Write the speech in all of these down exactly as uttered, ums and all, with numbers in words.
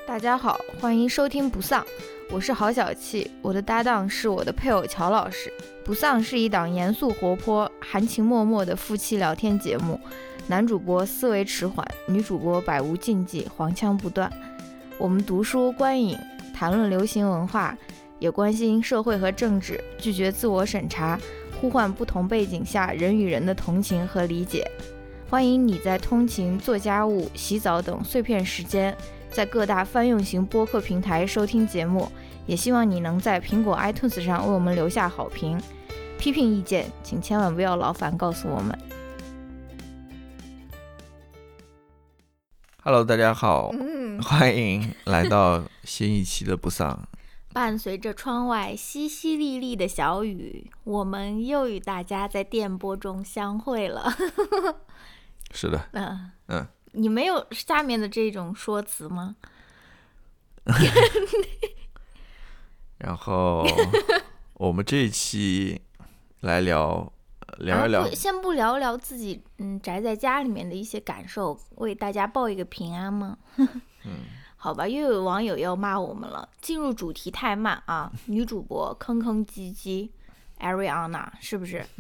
大家好，欢迎收听不丧，我是郝小气，我的搭档是我的配偶乔老师。不丧是一档严肃活泼、含情脉脉的夫妻聊天节目，男主播思维迟缓，女主播百无禁忌，黄腔不断。我们读书观影，谈论流行文化，也关心社会和政治，拒绝自我审查，呼唤不同背景下人与人的同情和理解。欢迎你在通勤、做家务、洗澡等碎片时间，在各大泛用型播客平台收听节目，也希望你能在苹果 iTunes 上为我们留下好评。批评意见请千万不要劳烦告诉我们。 Hello， 大家好、 嗯、 欢迎来到新一期的不丧。 伴随着窗外淅淅沥沥的小雨，我们又与大家在电波中相会了。 是的， 嗯嗯， 你没有下面的这种说辞吗？ 然后我们这一期来聊聊一聊、 啊、不先不聊聊自己嗯宅在家里面的一些感受，为大家报一个平安吗？ 嗯， 好吧，又有网友要骂我们了，进入主题太慢啊！女主播吭吭唧唧 Ariana 是不是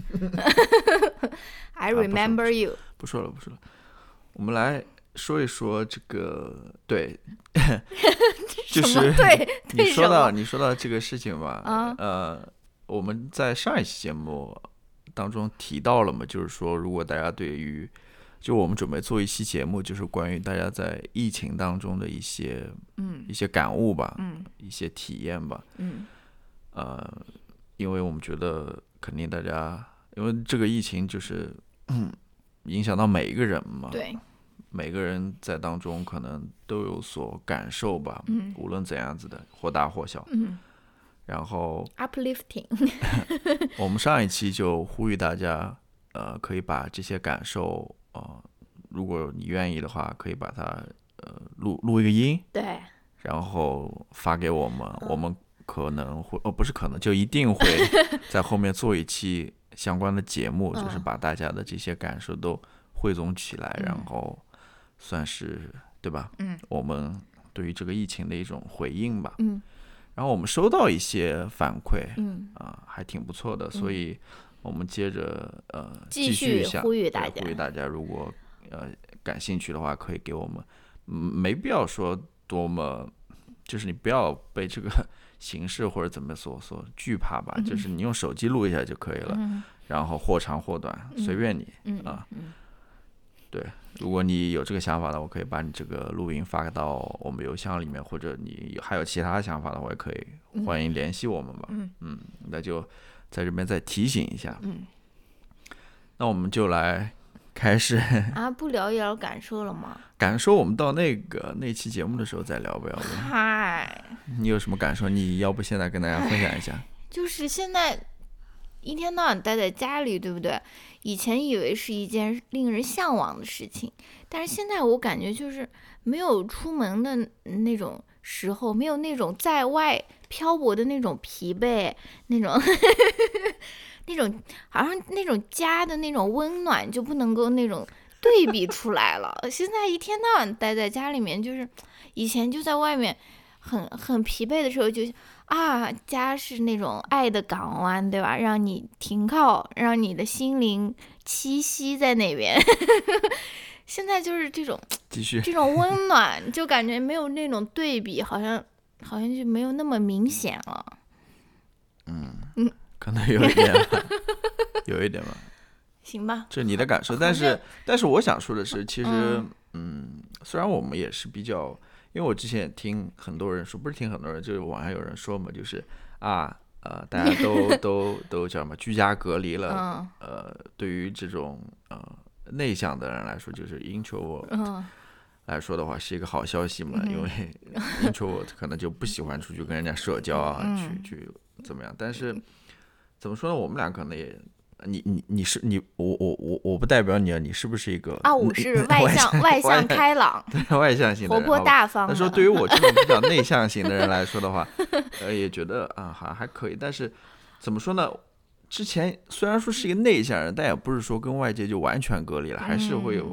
？I remember、啊、you。 不说了，不说了，我们来说一说这个，对，就是对你说到你说到这个事情吧， 啊、 呃，我们在上一期节目当中提到了嘛，就是说，如果大家对于就我们准备做一期节目，就是关于大家在疫情当中的一些嗯一些感悟吧， 嗯一些体验吧， 嗯， 呃，因为我们觉得肯定大家，因为这个疫情就是嗯影响到每一个人嘛， 对， 每个人在当中可能都有所感受吧， 嗯， 无论怎样子的，或大或小， 嗯， 然后 uplifting 我们上一期就呼吁大家，呃，可以把这些感受，呃，如果你愿意的话，可以把它呃录录一个音， 对， 然后发给我们，嗯、我们可能会哦，不是可能，就一定会在后面做一期相关的节目， 嗯、 就是把大家的这些感受都汇总起来， 嗯、 然后算是对吧？ 嗯， 我们对于这个疫情的一种回应吧。 嗯。 然后我们收到一些反馈， 嗯啊、呃，还挺不错的，所以我们接着呃继续呼吁大家， 呼吁大家，如果呃感兴趣的话，可以给我们，嗯，没必要说多么，就是你不要被这个形式或者怎么所所惧怕吧，嗯、就是你用手机录一下就可以了，嗯、然后或长或短， 嗯、 随便你， 嗯啊。 嗯对，如果你有这个想法的，我可以把你这个录音发到我们邮箱里面，或者你还有其他想法的，我也可以欢迎联系我们吧。 嗯嗯，那就在这边再提醒一下。 嗯， 那我们就来开始啊，不聊一聊感受了吗？ 感受我们到那个那期节目的时候再聊吧，要不？ 嗨， 你有什么感受？你要不现在跟大家分享一下？ 就是现在一天到晚待在家里，对不对？以前以为是一件令人向往的事情，但是现在我感觉就是没有出门的那种时候，没有那种在外漂泊的那种疲惫，那种那种好像那种家的那种温暖就不能够那种对比出来了。现在一天到晚待在家里面，就是以前就在外面很很疲惫的时候就啊，家是那种爱的港湾，对吧？让你停靠，让你的心灵栖息在那边。现在就是这种继续这种温暖，就感觉没有那种对比，好像好像就没有那么明显了。 嗯嗯， 可能有一点吧，有一点吧。 行吧， 这你的感受，但是但是我想说的是，其实嗯, 嗯，虽然我们也是比较。因为我之前也听很多人说，不是听很多人，就是网上有人说嘛，就是啊，呃，大家都都都叫什么居家隔离了， 嗯、 呃，对于这种呃内向的人来说，就是 introvert、嗯、来说的话，是一个好消息嘛，嗯、因为 introvert 可能就不喜欢出去跟人家社交啊， 嗯、 去去怎么样？但是怎么说呢？我们俩可能也。你你你是你我我我我不代表你啊，你是不是一个啊？我是外向外向开朗， 对外向型的人， 活泼大方的。 那说对于我这种比较内向型的人来说的话，呃，也觉得啊还还可以。但是怎么说呢？之前虽然说是一个内向人，但也不是说跟外界就完全隔离了，还是会有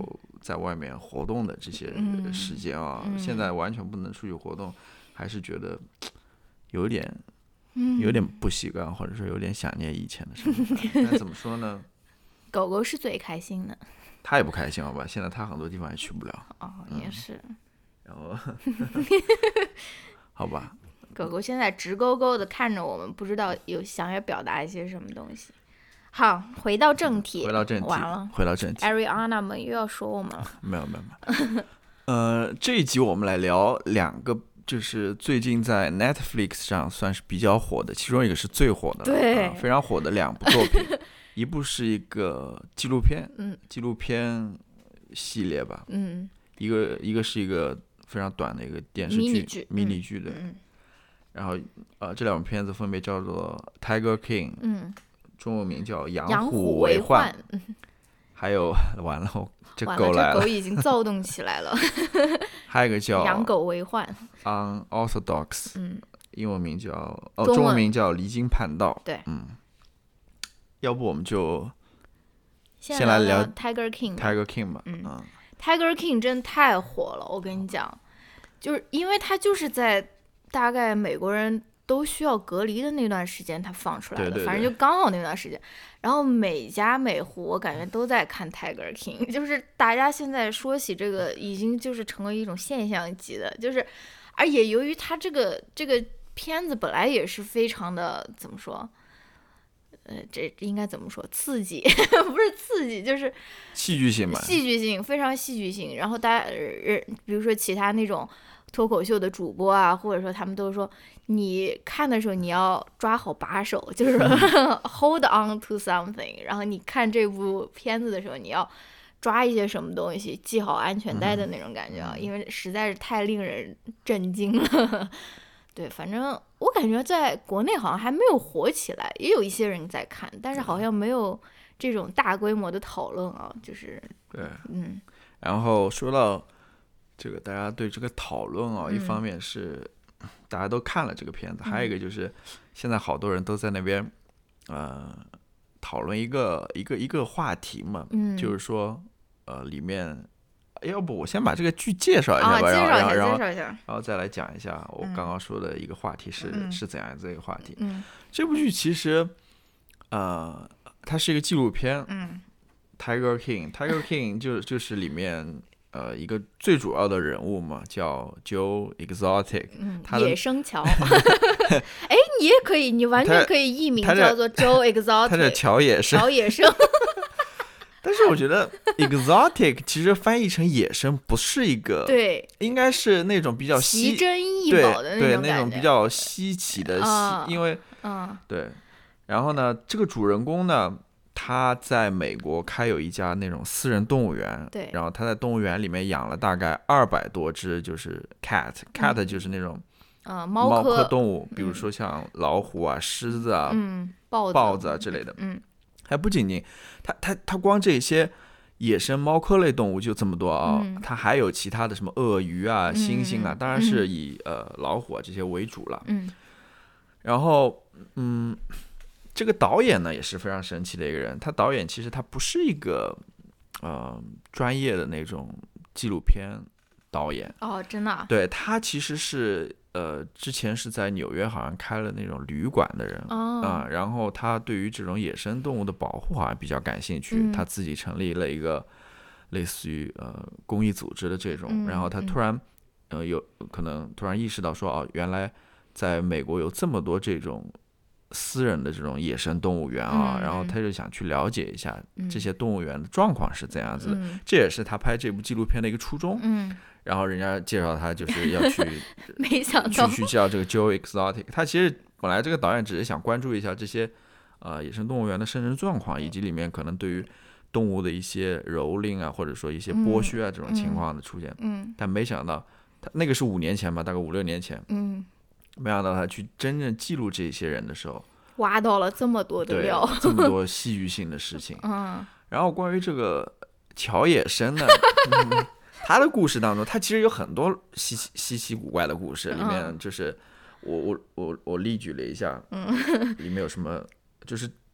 在外面活动的这些时间啊， 嗯嗯、 现在完全不能出去活动，还是觉得有点有点不习惯，或者说有点想念以前的生活。但怎么说呢？ 狗狗是最开心的。 他也不开心好吧？现在他很多地方也去不了。 哦，也是。 嗯、然后，好吧。 狗狗现在直勾勾的看着我们，不知道有想要表达一些什么东西。好，回到正题。 回到正题。 完了。 回到正题。 Ariana 们又要说我们了。 没有没有没有。呃，这一集我们来聊两个，就是最近在 Netflix 上算是比较火的，其中一个是最火的了， 对、 啊，非常火的两部作品。一部是一个纪录片， 嗯， 纪录片系列吧， 嗯， 一个一个是一个非常短的一个电视剧，迷你剧的， 嗯， 然后呃，这两部片子分别叫做《Tiger King》， 嗯， 中文名叫《 养虎为患》，还有完了，这狗来了， 这狗已经躁动起来了。 还有一个叫《 养狗为患》 ，Unorthodox， 嗯， 英文名叫哦，中文名叫《离经叛道》， 对， 嗯。要不我们就先来聊 Tiger King Tiger King 吧。 嗯， 嗯 Tiger King 真太火了，我跟你讲，就是因为他就是在大概美国人都需要隔离的那段时间他放出来的， 对对对， 反正就刚好那段时间，然后每家每户我感觉都在看 Tiger King， 就是大家现在说起这个已经就是成为一种现象级的，就是而且由于他这个这个片子本来也是非常的怎么说。呃，这应该怎么说？刺激不是刺激，就是戏剧性吧。 戏剧性非常戏剧性。然后大家，呃，比如说其他那种脱口秀的主播啊，或者说他们都说，你看的时候你要抓好把手，就是 hold on to something。然后你看这部片子的时候，你要抓一些什么东西，系好安全带的那种感觉啊， 嗯、 因为实在是太令人震惊了。对，反正我感觉在国内好像还没有火起来，也有一些人在看，但是好像没有这种大规模的讨论啊，就是对， 嗯。 然后说到这个，大家对这个讨论啊、 嗯， 一方面是大家都看了这个片子， 嗯、 还有一个就是现在好多人都在那边呃讨论一个一个一个话题嘛， 嗯， 就是说呃里面。要不我先把这个剧介绍一下吧， 啊、 然后然后然后再来讲一下我刚刚说的一个话题是、 嗯、 是怎样这个话题。 嗯， 这部剧其实，呃，它是一个纪录片。 嗯 ，Tiger King，Tiger King 就就是里面呃一个最主要的人物嘛，叫 Joe Exotic。 嗯， 他野生乔。哎，你也可以，你完全可以艺名叫做 Joe Exotic。 他是乔野生。 乔野生。 但是我觉得 exotic 其实翻译成野生不是一个， 对， 应该是那种比较稀奇珍异宝的那种感觉， 对对，那种比较稀奇的， 嗯、 因为嗯， 对。然后呢，这个主人公呢，他在美国开有一家那种私人动物园， 对。 然后他在动物园里面养了大概二百多只，就是 cat，cat、嗯、就是那种呃猫科动物，比如说像老虎啊、狮子啊、 嗯、豹子、 豹子啊之类的， 嗯。 还不仅仅，它它它光这些野生猫科类动物就这么多啊、 嗯， 它还有其他的什么鳄鱼啊、猩猩啊， 嗯、 当然是以、嗯、呃老虎啊这些为主了。 嗯， 然后嗯，这个导演呢也是非常神奇的一个人，他导演其实他不是一个呃专业的那种纪录片导演哦，真的、啊？ 对，他其实是。呃，之前是在纽约好像开了那种旅馆的人啊、 哦呃，然后他对于这种野生动物的保护好像比较感兴趣， 嗯、 他自己成立了一个类似于呃公益组织的这种， 嗯、 然后他突然、嗯、呃有可能突然意识到说哦，原来在美国有这么多这种私人的这种野生动物园啊， 嗯、 然后他就想去了解一下这些动物园的状况是怎样子的， 嗯、 这也是他拍这部纪录片的一个初衷。 嗯。 然后人家介绍他就是要去， 没想到去去叫这个 Joe Exotic。他其实本来这个导演只是想关注一下这些呃野生动物园的生存状况，以及里面可能对于动物的一些蹂躏啊，或者说一些剥削啊、嗯、这种情况的出现。 嗯。 但没想到他那个是五年前吧，大概五六年前。 嗯。 没想到他去真正记录这些人的时候， 挖到了这么多的料， 这么多戏剧性的事情。 嗯。 然后关于这个乔野生呢？嗯他的故事当中，他其实有很多稀奇稀奇古怪的故事，里面就是我我我我例举了一下， 嗯， 里面有什么，就是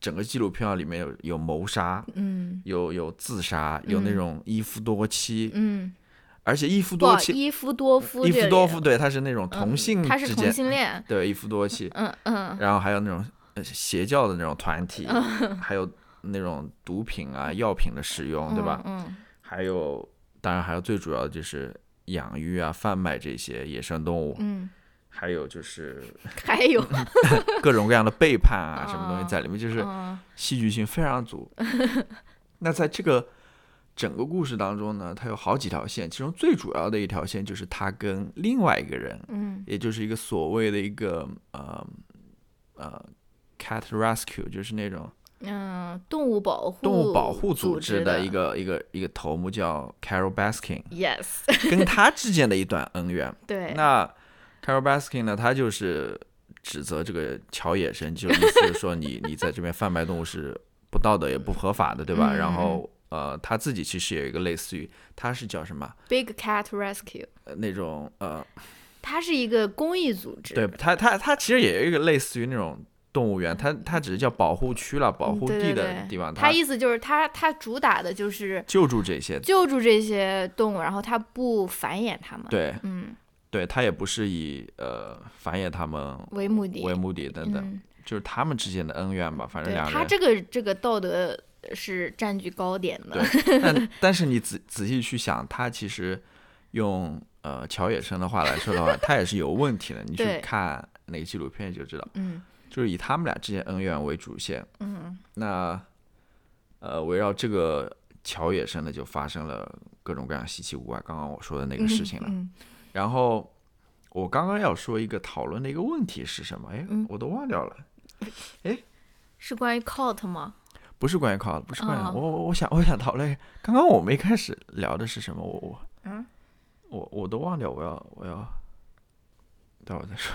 整个纪录片里面有有谋杀， 嗯， 有有自杀，有那种一夫多妻， 嗯， 而且一夫多妻， 伊夫多夫， 一夫多夫，对，他是那种同性之间， 嗯、他是同性恋， 对，一夫多妻， 嗯嗯， 然后还有那种邪教的那种团体，嗯、还有那种毒品啊、药品的使用，对吧？ 嗯，嗯还有，当然还有最主要的就是养育啊、贩卖这些野生动物， 嗯。 还有就是还有各种各样的背叛啊，什么东西在里面，就是戏剧性非常足。那在这个整个故事当中呢，它有好几条线，其中最主要的一条线就是他跟另外一个人， 嗯， 也就是一个所谓的一个呃呃 cat rescue， 就是那种嗯动物保护动物保护组织织的一个一个一个头目叫 Carol Baskin，yes， 跟他之间的一段恩怨。 对， 那 Carol Baskin 呢，他就是指责这个乔野生，就意思是说你你在这边贩卖动物是不道德也不合法的，对吧？ 嗯、 然后呃，他自己其实有一个类似于，他是叫什么 Big Cat Rescue， 呃、那种呃， 它是一个公益组织。 对，他他他其实也有一个类似于那种动物园，他他只是叫保护区了，保护地的地方。 他、嗯、意思就是他他主打的就是救助这些救助这些动物，然后他不繁衍它们。 对， 嗯。 对，他也不是以呃繁衍他们为目的为目的等等、嗯，就是他们之间的恩怨吧，反正两人。 他这个这个道德是占据高点的。 对，但但是你仔仔细去想，他其实用呃乔野生的话来说的话，他也是有问题的。你去看那个纪录片就知道， 嗯， 就是以他们俩之间恩怨为主线， 嗯， 那呃围绕这个乔野生呢，就发生了各种各样稀奇古怪，刚刚我说的那个事情了。 嗯嗯然后我刚刚要说一个讨论的一个问题是什么？哎， 嗯、 我都忘掉了。哎， 是关于 cult 吗？ 不是关于 cult， 不是关于、 哦、 我我想我想讨论，刚刚我们一开始聊的是什么？我我嗯， 我我都忘掉，我要我要待会儿再说。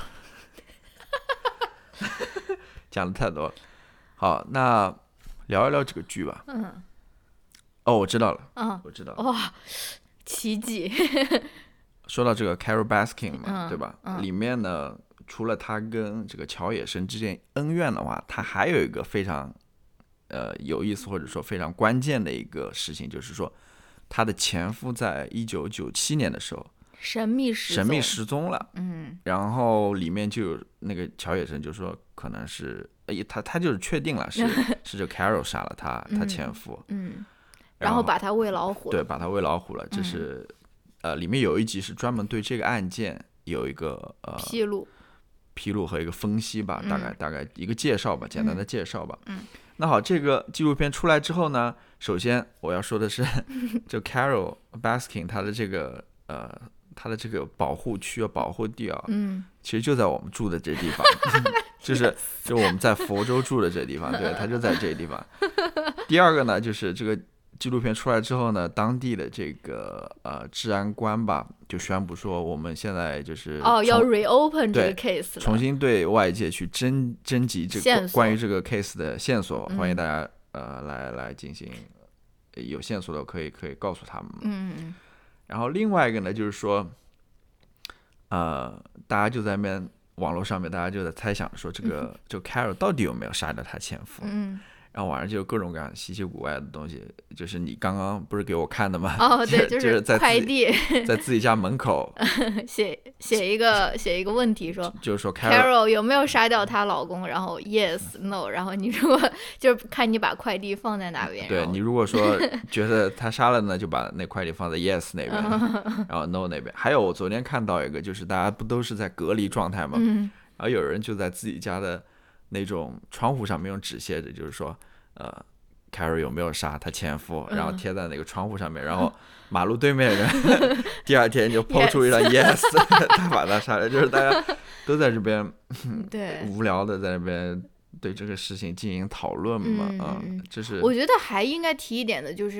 讲的太多了。好，那聊一聊这个剧吧。 嗯。 哦，我知道了。 嗯， 我知道了。 哇，奇迹。 说到这个 Carol Baskin 嘛， 嗯、 对吧、 嗯？ 里面呢，除了他跟这个乔野生之间恩怨的话，他还有一个非常呃有意思或者说非常关键的一个事情，就是说他的前夫在一九九七年的时候神秘失神秘失踪了。 嗯， 然后里面就有那个乔野生就说可能是，哎，他他就是确定了是是这 Carol 杀了他他前夫。 嗯。嗯然后把他喂老虎了。 对，把他喂老虎了。这是、嗯、呃，里面有一集是专门对这个案件有一个呃披露、 披露和一个分析吧， 嗯、 大概大概一个介绍吧，简单的介绍吧。 嗯。 那好，这个纪录片出来之后呢，首先我要说的是，就 Carol Baskin 他的这个呃他的这个保护区啊、保护地啊， 嗯， 其实就在我们住的这地方，就是就我们在佛州住的这地方，对，他就在这地方。第二个呢，就是这个。纪录片出来之后呢，当地的这个呃治安官吧，就宣布说，我们现在就是哦要 reopen 这个 case 了， 重新对外界去征征集这个关于这个 case 的线索，欢迎大家、嗯、呃来来进行有线索的可以可以告诉他们。 嗯嗯。 然后另外一个呢，就是说，呃，大家就在那边网络上面，大家就在猜想说，这个、嗯、这个 Carol 到底有没有杀掉他前夫？ 嗯。 然后网上就有各种各样稀奇古怪的东西，就是你刚刚不是给我看的吗？ 哦，对， 就是在快递， 在自己家门口写写一个写一个问题说， 就是说 Carol, Carol 有没有杀掉她老公？然后 yes no， 然后你如果就是看你把快递放在哪边。 对，你如果说觉得他杀了呢，就把那快递放在 yes 那边，然后 no 那边。还有我昨天看到一个，就是大家不都是在隔离状态吗？ 嗯， 然后有人就在自己家的那种窗户上面用纸写着，就是说。呃 ，Carol 有没有杀她前夫？然后贴在那个窗户上面，嗯、然后马路对面人第二天就抛出一张 yes， 他把他杀了，就是大家都在这边对无聊的在那边对这个事情进行讨论嘛， 嗯， 嗯，这是我觉得还应该提一点的就是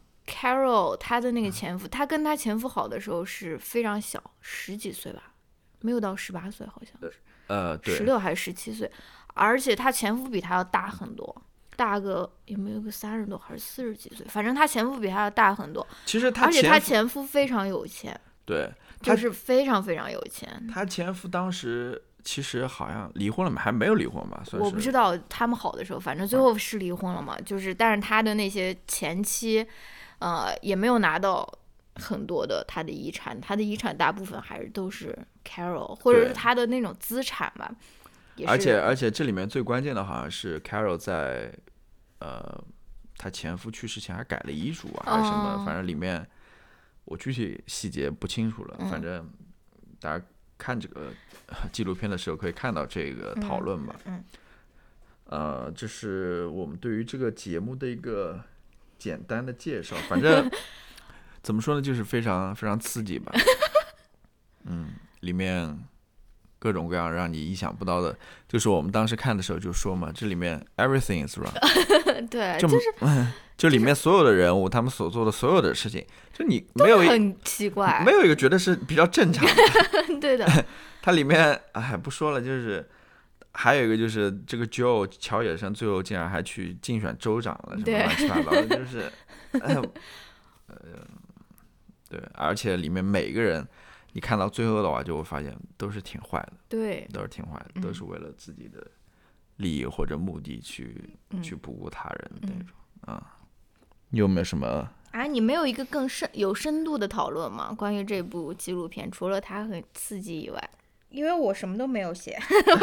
Carol 她的那个前夫，她跟她前夫好的时候是非常小，十几岁吧，没有到十八岁，好像是， 呃，对， 十六还是十七岁，而且她前夫比她要大很多。大个有没有个三十多还是四十几岁？反正她前夫比她要大很多。 其实她而且她前夫非常有钱， 对， 就是非常非常有钱。 她前夫当时其实好像离婚了嘛，还没有离婚吧？算是我不知道他们好的时候，反正最后是离婚了嘛。就是但是他的那些前妻，呃，也没有拿到很多的他的遗产，他的遗产大部分还是都是 Carol， 或者是他的那种资产吧。 而且而且这里面最关键的好像是 Carol 在呃她前夫去世前还改了遗嘱啊，还是什么， 哦、 反正里面我具体细节不清楚了， 嗯、 反正大家看这个纪录片的时候可以看到这个讨论吧。 嗯，嗯呃，这是我们对于这个节目的一个简单的介绍，反正怎么说呢，就是非常非常刺激吧。嗯，里面各种各样让你意想不到的，就是我们当时看的时候就说嘛，这里面 everything is wrong 对， 就、 就是就里面所有的人物，他们所做的所有的事情，就你没有一很奇怪， 没有一个觉得是比较正常的。 对的， 它里面哎不说了，就是还有一个就是这个 Joe 乔野生最后竟然还去竞选州长了，什么乱七八糟的，就是呃对，而且里面每个人。你看到最后的话，就会发现都是挺坏的， 对， 都是挺坏的， 嗯、 都是为了自己的利益或者目的去、 嗯、 去不顾他人的那种、嗯、啊。你有没有什么啊？你没有一个更深有深度的讨论吗？关于这部纪录片，除了它很刺激以外，因为我什么都没有写。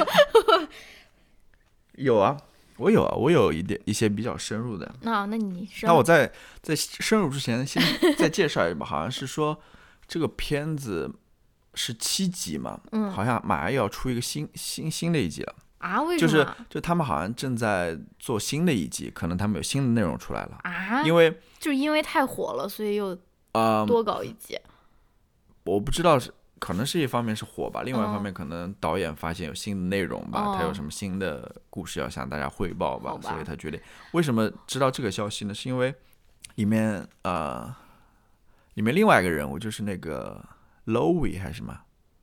有啊，我有啊，我有一点一些比较深入的。 那、哦、那你那我在在深入之前，先再介绍一下吧。好像是说。这个片子是七集嘛， 嗯， 好像马上要出一个新新新的一集了啊？为什么？就是就他们好像正在做新的一集，可能他们有新的内容出来了啊？ 因为就是因为太火了，所以又多搞一集。 嗯、我不知道是可能是一方面是火吧，另外一方面可能导演发现有新的内容吧， 哦、 他有什么新的故事要向大家汇报吧，吧所以他决定。为什么知道这个消息呢？是因为里面呃。里面另外一个人物就是那个 Louis 还是什么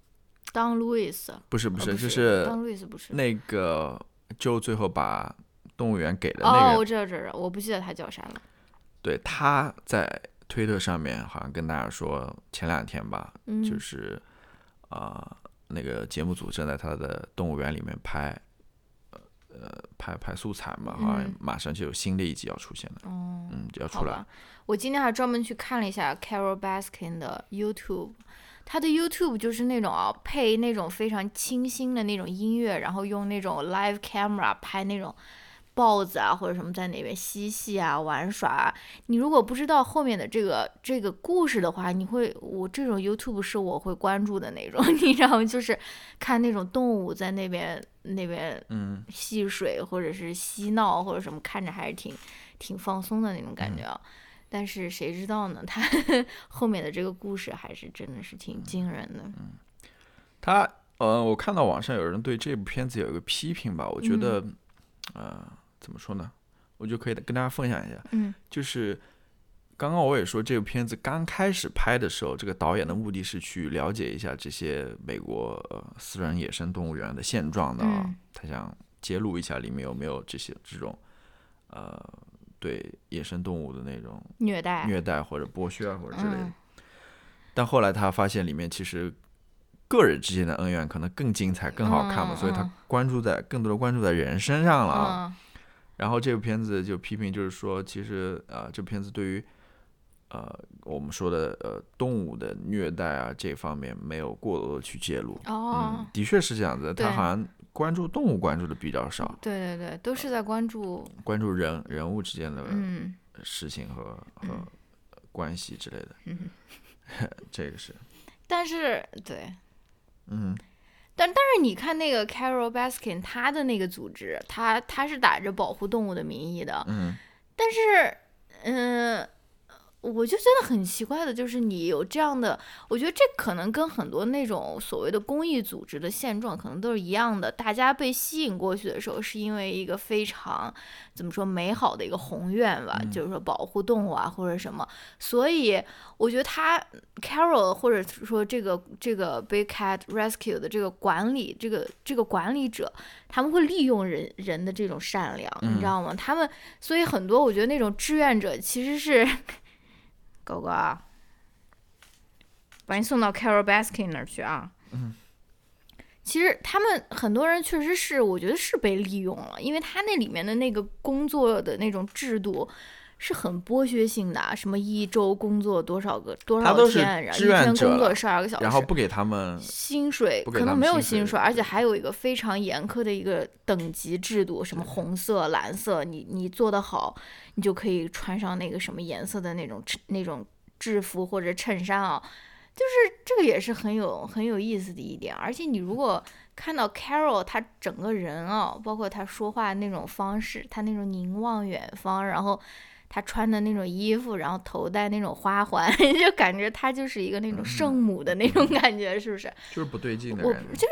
Don Lewis 不是不是、 哦、 就是 Don Lewis 不是那个就最后把动物园给了那个人哦，我知道知道，我不记得他叫啥了。 对，他在推特上面好像跟大家说，前两天吧， 嗯、 就是啊、呃，那个节目组正在他的动物园里面拍。呃，拍拍素材嘛，好像马上就有新的一集要出现了， 嗯， 嗯，就要出来。 我今天还专门去看了一下 Carol Baskin 的 YouTube， 他的 YouTube 就是那种啊，配那种非常清新的那种音乐，然后用那种 live camera 拍那种豹子啊或者什么在那边嬉戏啊玩耍啊。你如果不知道后面的这个这个故事的话，你会我这种 YouTube 是我会关注的那种，你知道吗？就是看那种动物在那边那边嗯戏水或者是嬉闹或者什么，看着还是挺挺放松的那种感觉啊。嗯、但是谁知道呢？他后面的这个故事还是真的是挺惊人的。 嗯，他呃，我看到网上有人对这部片子有一个批评吧，我觉得、嗯、呃。怎么说呢？我就可以跟大家分享一下， 嗯， 就是刚刚我也说，这部片子刚开始拍的时候，这个导演的目的是去了解一下这些美国、呃、私人野生动物园的现状的啊， 嗯、 他想揭露一下里面有没有这些这种呃对野生动物的那种虐待、 虐待或者剥削啊或者之类的。 嗯、 但后来他发现里面其实个人之间的恩怨可能更精彩、更好看嘛， 嗯、 所以他关注在更多的关注在人身上了啊。 嗯然后这部片子就批评，就是说，其实呃，这部片子对于呃我们说的呃动物的虐待啊这方面没有过多的去揭露。 哦、 嗯，的确是这样子，他好像关注动物关注的比较少。 对对对，都是在关注、 呃、关注人人物之间的事情和、 嗯、 和关系之类的。 嗯， 这个是。 但是对， 嗯。 但但是你看那个 Carol Baskin 他的那个组织，他他是打着保护动物的名义的， 嗯， 但是嗯、呃，我就觉得很奇怪的，就是你有这样的，我觉得这可能跟很多那种所谓的公益组织的现状可能都是一样的，大家被吸引过去的时候是因为一个非常怎么说美好的一个宏愿吧、 嗯、 就是说保护动物啊或者什么，所以我觉得他 Carol 或者说这个这个 Big Cat Rescue 的这个管理这个这个管理者，他们会利用人人的这种善良、 嗯、 你知道吗？他们所以很多我觉得那种志愿者其实是狗狗啊，把你送到 Carol Baskin 那儿去啊。 嗯， 其实他们很多人确实是，我觉得是被利用了，因为他那里面的那个工作的那种制度是很剥削性的，什么一周工作多少个多少天，然后一天工作十二个小时， 然后不给他们薪水，可能没有薪水，而且还有一个非常严苛的一个等级制度，什么红色、蓝色，你你做得好，你就可以穿上那个什么颜色的那种那种制服或者衬衫啊。就是这个也是很有很有意思的一点，而且你如果看到 Carol 他整个人啊，包括他说话那种方式，他那种凝望远方，然后他穿的那种衣服，然后头戴那种花环，就感觉他就是一个那种圣母的那种感觉，是不是？ 就是不对劲的感觉。我就是，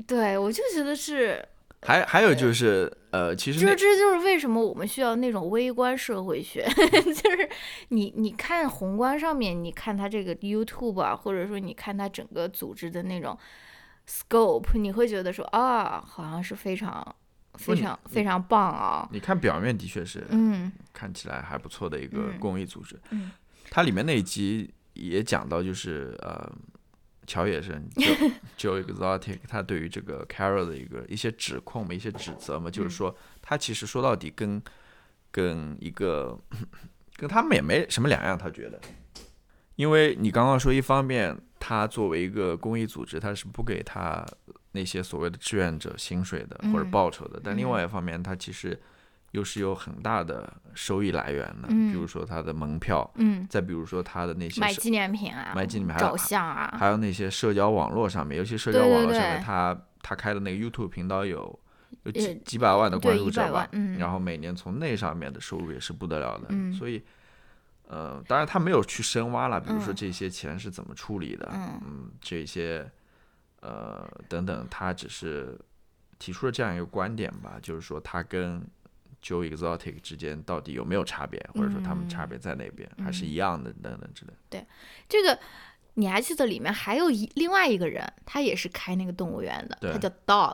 对我就觉得是。 还还有就是，呃，其实这这就是为什么我们需要那种微观社会学，就是你你看宏观上面，你看他这个 YouTube 啊，或者说你看他整个组织的那种 scope， 你会觉得说啊，好像是非常非常非常棒啊。 你看表面的确是， 嗯， 看起来还不错的一个公益组织。 嗯， 它里面那一集也讲到，就是呃。乔野生 Joe Exotic 他对于这个 Carol 的一个一些指控嘛，一些指责嘛，就是说他其实说到底跟跟一个跟他们也没什么两样，他觉得，因为你刚刚说一方面他作为一个公益组织，他是不给他那些所谓的志愿者薪水的或者报酬的，但另外一方面他其实又是有很大的收益来源的， 嗯、 比如说他的门票， 嗯， 再比如说他的那些买纪念品啊， 买纪念品， 照相啊， 还有那些社交网络上面，尤其社交网络上面，他他开的那个 YouTube 频道有有几几百万的关注者吧， 嗯、 然后每年从那上面的收入也是不得了的， 嗯、 所以呃，当然他没有去深挖了，比如说这些钱是怎么处理的， 嗯， 嗯这些呃等等，他只是提出了这样一个观点吧，就是说他跟Joe Exotic 之间到底有没有差别，或者说他们差别在哪边， 嗯、 还是一样的等等之类的。 对，这个你还记得里面还有一另外一个人，他也是开那个动物园的，他叫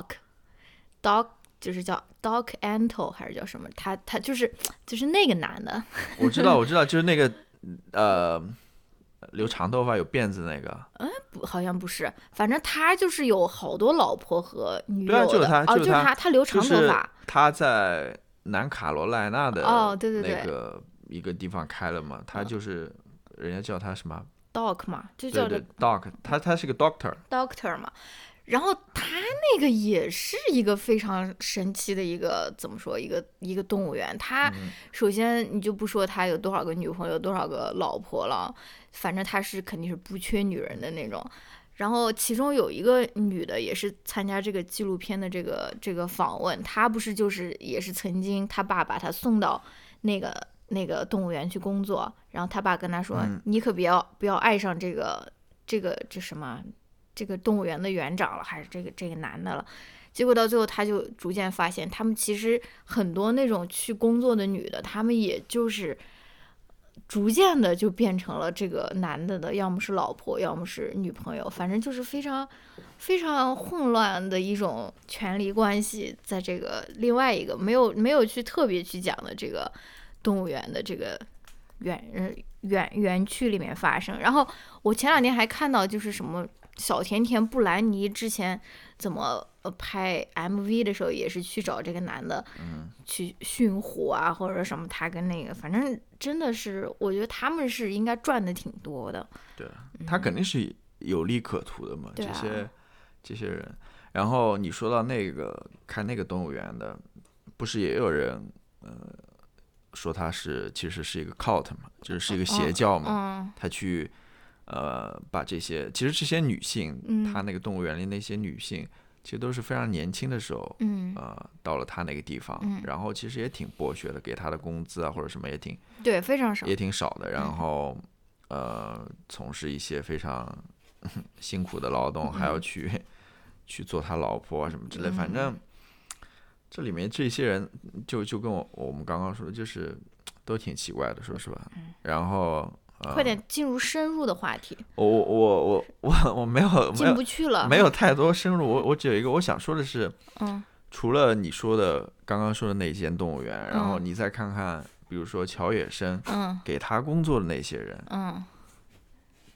Doc，Doc 就是叫 Doc Antle 还是叫什么？他他就是就是那个男的。 我知道，我知道，就是那个呃留长头发有辫子那个。 嗯，不，好像不是，反正他就是有好多老婆和女友的。 对啊，就是他， 哦，就是他，他留长头发。 就是他在南卡罗来纳的哦，对对对， 那个一个地方开了嘛，他就是人家叫他什么 Doc 嘛，就叫对对 Doc， 他他是个 Doctor Doctor 嘛，然后他那个也是一个非常神奇的一个怎么说一个一个动物园，他首先你就不说他有多少个女朋友多少个老婆了，反正他是肯定是不缺女人的那种。然后其中有一个女的也是参加这个纪录片的这个这个访问，她不是就是也是曾经她爸把她送到那个那个动物园去工作，然后她爸跟她说、 嗯、 你可不要不要爱上这个这个这什么这个动物园的园长了，还是这个这个男的了。结果到最后她就逐渐发现，他们其实很多那种去工作的女的，她们也就是逐渐的就变成了这个男的的，要么是老婆，要么是女朋友，反正就是非常非常混乱的一种权力关系，在这个另外一个没有没有去特别去讲的这个动物园的这个园园园区里面发生。然后我前两天还看到，就是什么小甜甜布兰妮之前怎么拍 M V 的时候，也是去找这个男的去驯虎啊，或者什么，他跟那个反正真的是，我觉得他们是应该赚的挺多的。 对，他肯定是有利可图的嘛， 嗯、 这些这些人。然后你说到那个看那个动物园的，不是也有人呃说他是其实是一个 cult 嘛，就是是一个邪教嘛， 嗯嗯、 他去呃把这些其实这些女性， 嗯、 他那个动物园里那些女性。其实都是非常年轻的时候， 嗯， 呃，到了他那个地方， 嗯， 然后其实也挺剥削的，给他的工资啊或者什么也挺， 对，非常少， 也挺少的。然后，嗯、呃，从事一些非常辛苦的劳动， 嗯、 还要去去做他老婆啊什么之类。 嗯、 反正这里面这些人就就跟我我们刚刚说的，就是都挺奇怪的，说实话。 嗯、 然后。 快点进入深入的话题。 我我我我我我没有进不去了， 没有太多深入。我我只有一个我想说的是， 嗯， 除了你说的刚刚说的那间动物园， 嗯、 然后你再看看，比如说乔野生， 嗯， 给他工作的那些人， 嗯，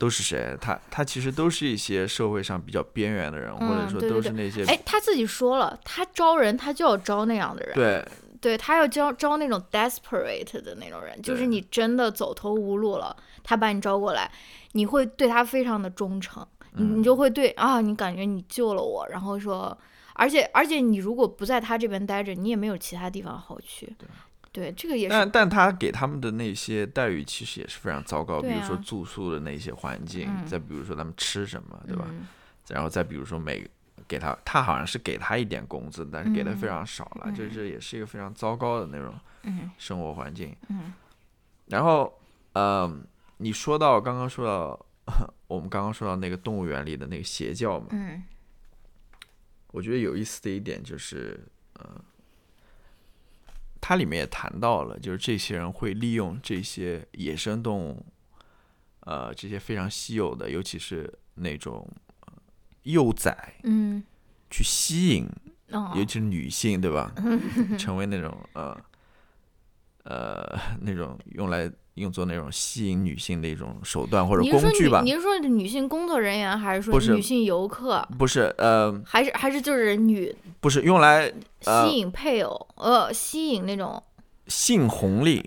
都是谁？他他其实都是一些社会上比较边缘的人， 嗯、 或者说都是那些。 哎，他自己说了，他招人他就要招那样的人。 对。 对，他要招招那种 desperate 的那种人，就是你真的走投无路了，他把你招过来，你会对他非常的忠诚，你你就会对啊，你感觉你救了我，然后说，而且而且你如果不在他这边待着，你也没有其他地方好去。 对， 对，这个也是。 但但他给他们的那些待遇其实也是非常糟糕， 啊、 比如说住宿的那些环境， 嗯、 再比如说他们吃什么，对吧？ 嗯、 然后再比如说每给他，他好像是给他一点工资，但是给的非常少了， 嗯、 就是也是一个非常糟糕的那种生活环境。 嗯、 然后，呃，你说到刚刚说到，我们刚刚说到那个动物园里的那个邪教嘛， 嗯， 我觉得有意思的一点就是，呃，它里面也谈到了，就是这些人会利用这些野生动物，呃，这些非常稀有的，尤其是那种。幼崽， 嗯， 去吸引， 哦、 尤其是女性，对吧？成为那种呃呃那种用来用作那种吸引女性的一种手段或者工具吧。 你是说女性工作人员，还是说女性游客？ 不是，呃， 还是还是就是女， 不是用来、 呃、吸引配偶，呃，吸引那种性红利。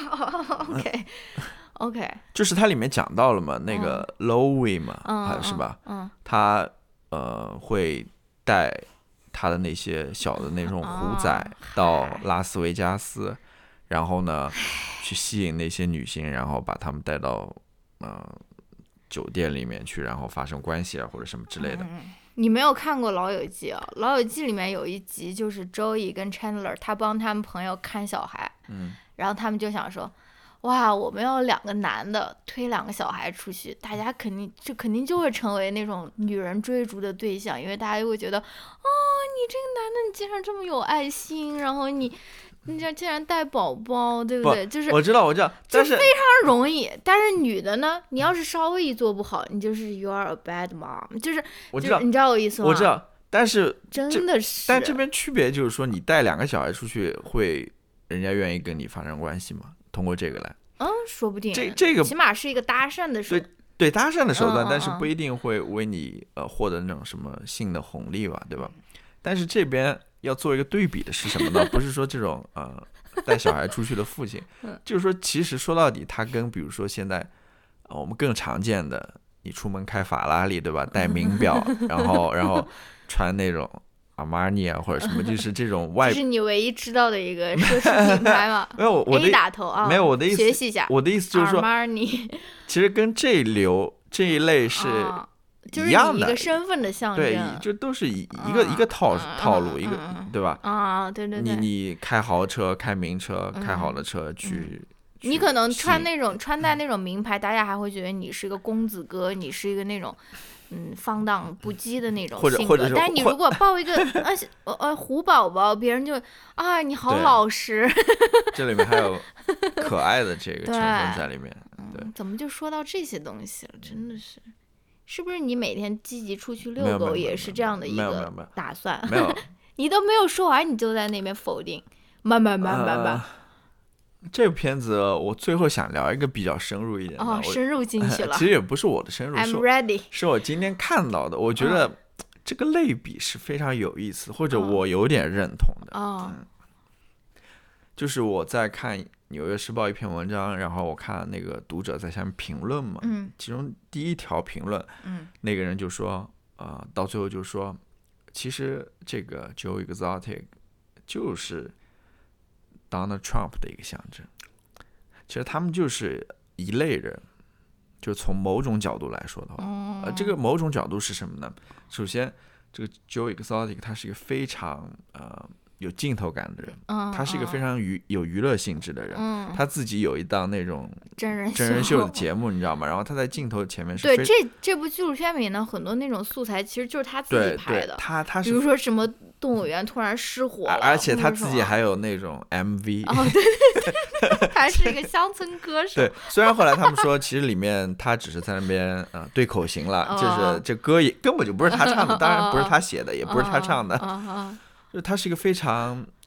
OK。OK， 就是它里面讲到了嘛，那个 Lowy 嘛， 嗯、 是吧？ 嗯， 他呃会带他的那些小的那种虎崽到拉斯维加斯， 哦、 然后呢去吸引那些女性，然后把她们带到呃酒店里面去，然后发生关系啊或者什么之类的。 嗯、你没有看过《老友记》啊？《老友记》里面有一集就是 Joey 跟 Chandler 他帮他们朋友看小孩， 嗯， 然后他们就想说。哇，我们要两个男的推两个小孩出去，大家肯定就肯定就会成为那种女人追逐的对象，因为大家就会觉得，哦，你这个男的你竟然这么有爱心，然后你你这竟然带宝宝，对不对？ 不就是我知道我知道，但是就非常容易。但是女的呢，你要是稍微一做不好，你就是 you are a bad mom， 就是我知道， 你知道我意思吗？ 我知道，但是真的是， 但这边区别就是说，你带两个小孩出去，会人家愿意跟你发生关系吗？通过这个来。 嗯，说不定这这个起码是一个搭讪的手对对搭讪的手段， 嗯嗯嗯但是不一定会为你呃获得那种什么性的红利吧，对吧？但是这边要做一个对比的是什么呢？不是说这种呃带小孩出去的父亲，就是说其实说到底，他跟比如说现在、呃、我们更常见的，你出门开法拉利，对吧？戴名表，然后然后穿那种。阿玛尼啊，或者什么，就是这种外， 这是你唯一知道的一个奢侈品牌吗？ 没有我的 A 打头啊， 没有我的意思， 学习一下。 我的意思就是说， 阿玛尼其实跟这一流这一类是一样的， 就是一个身份的象征， 对，就都是一一个、嗯、一个套套路， 嗯、 一个对吧？ 啊，对对对， 你你开豪车、开名车、开好的车去。 嗯你可能穿那种穿戴那种名牌，大家还会觉得你是一个公子哥，你是一个那种嗯放荡不羁的那种性格。但是你如果抱一个呃呃虎宝宝，别人就啊你好老实。 这里面还有可爱的这个成分在里面。对、 嗯，怎么就说到这些东西了？真的是，是不是你每天积极出去遛狗也是这样的一个打算？ 没有， 你都没有说完，你就在那边否定，慢慢慢慢慢。 这部片子我最后想聊一个比较深入一点的， 哦，深入进去了。 其实也不是我的深入 ，I'm ready， 是我今天看到的。我觉得这个类比是非常有意思，或者我有点认同的。 哦， 嗯、就是我在看《纽约时报》一篇文章，然后我看那个读者在下面评论嘛， 嗯， 其中第一条评论， 嗯， 那个人就说，呃，到最后就说，其实这个 Joe Exotic 就是Donald Trump 的一个象征，其实他们就是一类人，就从某种角度来说的话， 嗯、 呃，这个某种角度是什么呢？首先，这个 Joe Exotic 他是一个非常呃有镜头感的人， 嗯、 他是一个非常娱有娱乐性质的人， 嗯、 他自己有一档那种真人真人秀的节目，你知道吗？然后他在镜头前面是对这这部纪录片里呢，很多那种素材其实就是他自己拍的， 对对他他是比如说什么动物园突然失火了， 而且他自己还有那种 M V， 哦对对对，他是一个乡村歌手。 对，虽然后来他们说，其实里面他只是在那边呃对口型了， 哦、 就是这歌也根本就不是他唱的，当然不是他写的，也不是他唱的， 哦、 就他是一个非常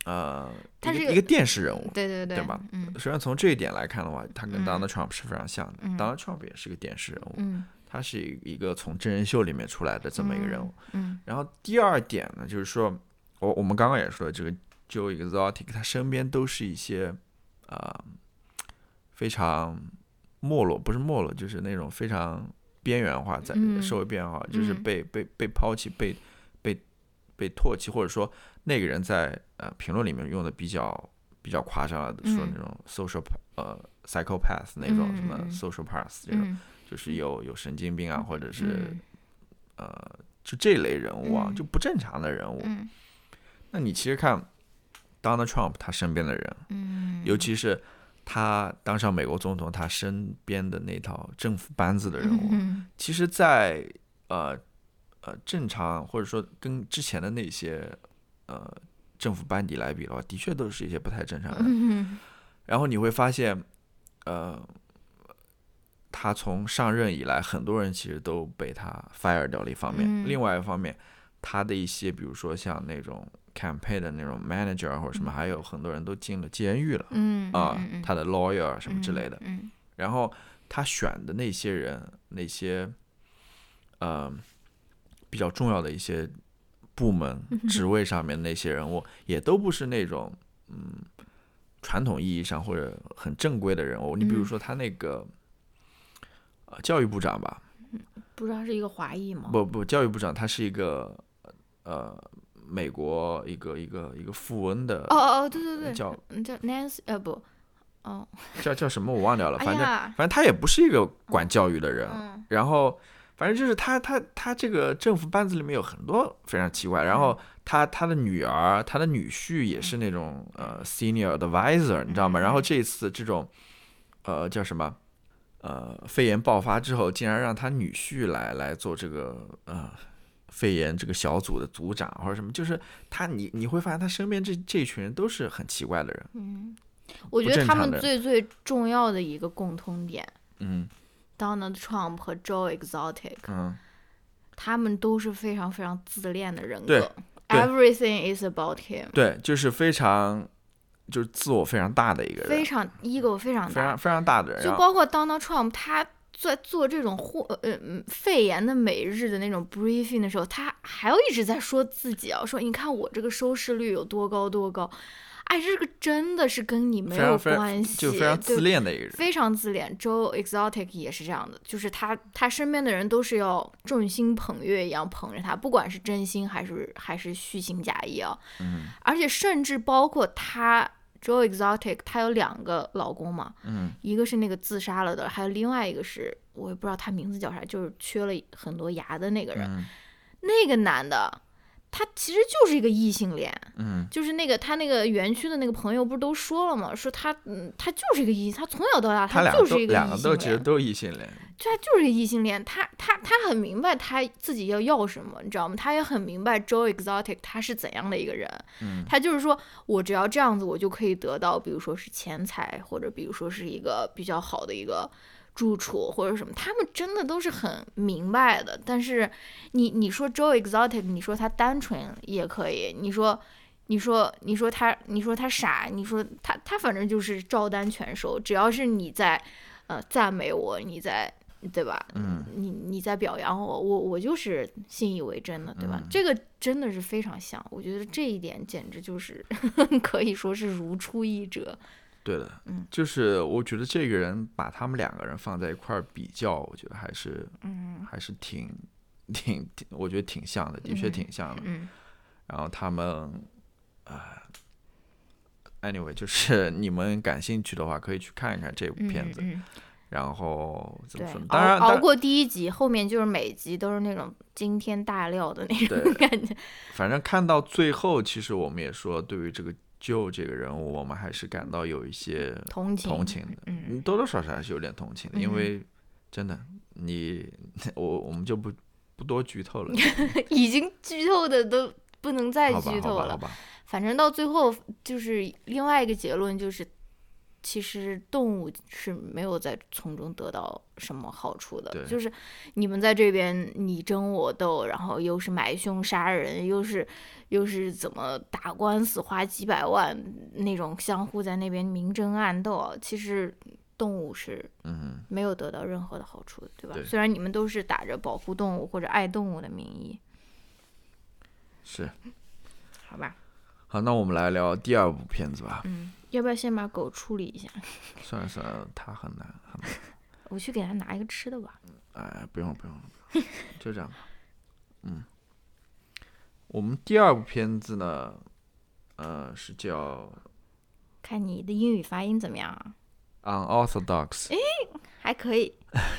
呃， 他是一个一个电视人物， 对对对， 对吧？ 嗯， 实际上从这一点来看的话，他跟嗯 Donald Trump 是非常像的。 嗯 Donald Trump 也是个电视人物， 嗯他是一个从真人秀里面出来的这么一个人物。 嗯然后第二点呢，就是说，我我们刚刚也说了，这个 Joe Exotic 他身边都是一些呃非常没落，不是没落，就是那种非常边缘化，在嗯社会边缘化，就是嗯被被被抛弃、被被被唾弃，或者说那个人在呃评论里面用的比较比较夸张的，说那种 social 呃 psychopath 那种嗯什么嗯 social path 这种， 嗯就是有有神经病啊，或者是嗯呃就这类人物啊， 嗯就不正常的人物。 嗯那你其实看 Donald Trump 他身边的人， 嗯， 尤其是他当上美国总统，他身边的那套政府班子的人物， 嗯其实在呃呃正常或者说跟之前的那些呃政府班底来比的话，的确都是一些不太正常的人。 嗯然后你会发现，呃，他从上任以来，很多人其实都被他 fire 掉了一方面。 嗯另外一方面，他的一些比如说像那种 campaign 的那种 manager 或者什么，还有很多人都进了监狱了。 嗯啊， 嗯他的 lawyer 什么之类的。 嗯然后他选的那些人，那些呃比较重要的一些部门职位上面那些人物，也都不是那种嗯传统意义上或者很正规的人物。你比如说他那个呃教育部长吧， 不知道是一个华裔吗？ 不不，教育部长他是一个呃美国一个一个一个富翁的， 哦哦哦，对对对， 叫嗯叫 Nancy 呃不，哦， 叫叫什么我忘掉了， 哎反正呀， 反正他也不是一个管教育的人。 嗯然后反正就是他他他这个政府班子里面有很多非常奇怪，然后他他的女儿他的女婿也是那种呃 senior advisor 你知道吗？然后这一次这种呃叫什么呃肺炎爆发之后，竟然让他女婿来来做这个呃肺炎这个小组的组长或者什么，就是他你你会发现他身边这这一群人都是很奇怪的人。 嗯，我觉得他们不正常的最最重要的一个共通点嗯 ，Donald Trump 和 Joe Exotic， 嗯， 他们都是非常非常自恋的人对格对 ，Everything is about him， 对，就是非常就是自我非常大的一个人， 非常 ego 非常大， 非常非常大的人，然后就包括 Donald Trump 他。在做这种或呃嗯肺炎的每日的那种 briefing 的时候，他还要一直在说自己啊，说你看我这个收视率有多高多高，哎，这个真的是跟你没有关系， 就非常自恋的一个人， 非常自恋。Joe Exotic 也是这样的，就是他他身边的人都是要众星捧月一样捧着他，不管是真心还是还是虚情假意啊， 嗯， 而且甚至包括他。Joe Exotic 她有两个老公嘛， 嗯， 一个是那个自杀了的，还有另外一个是我也不知道他名字叫啥，就是缺了很多牙的那个人。 嗯、 那个男的，他其实就是一个异性恋， 嗯， 就是那个他那个园区的那个朋友不是都说了吗？说他嗯，他就是一个异，他从小到大他就是一个异性恋， 两个都其实都是异性恋， 就他就是一个异性恋，他他他很明白他自己要要什么，你知道吗？他也很明白 Joe Exotic 他是怎样的一个人， 嗯， 他就是说我只要这样子，我就可以得到，比如说是钱财，或者比如说是一个比较好的一个住处或者什么，他们真的都是很明白的。但是你你说 Joe Exotic， 你说他单纯也可以，你说你说你说他你说他傻，你说他他反正就是照单全收，只要是你在呃赞美我，你在对吧？ 嗯， 你你在表扬我，我我就是信以为真的，对吧？ 嗯、 这个真的是非常像，我觉得这一点简直就是可以说是如出一辙。 对的， 嗯， 就是我觉得这个人把他们两个人放在一块儿比较，我觉得还是， 嗯， 还是挺挺挺，我觉得挺像的，的确挺像的。 嗯， 然后他们，啊、呃、，anyway，就是你们感兴趣的话，可以去看一看这部片子。 嗯嗯、 然后怎么说呢？ 当然熬过第一集，后面就是每集都是那种惊天大料的那种感觉。 反正看到最后，其实我们也说，对于这个Joe这个人物，我们还是感到有一些同情同情的， 嗯， 多多少少还是有点同情的， 嗯、 因为真的，你我我们就不不多剧透了， 已经剧透的都不能再剧透了。 好吧，好吧， 反正到最后就是另外一个结论，就是其实动物是没有在从中得到什么好处的，就是你们在这边你争我斗，然后又是买凶杀人，又是又是怎么打官司花几百万那种，相互在那边明争暗斗，其实动物是没有得到任何的好处的，对吧？ 对， 虽然你们都是打着保护动物或者爱动物的名义。 是， 好吧。 好，那我们来聊第二部片子吧。 嗯，要不要先把狗处理一下？ 算了算了，它很难很难。 我去给它拿一个吃的吧。 哎，不用不用，不用就这样吧。嗯，我们第二部片子呢，呃，是叫…… 看你的英语发音怎么样啊 ？Unorthodox。 哎，还可以。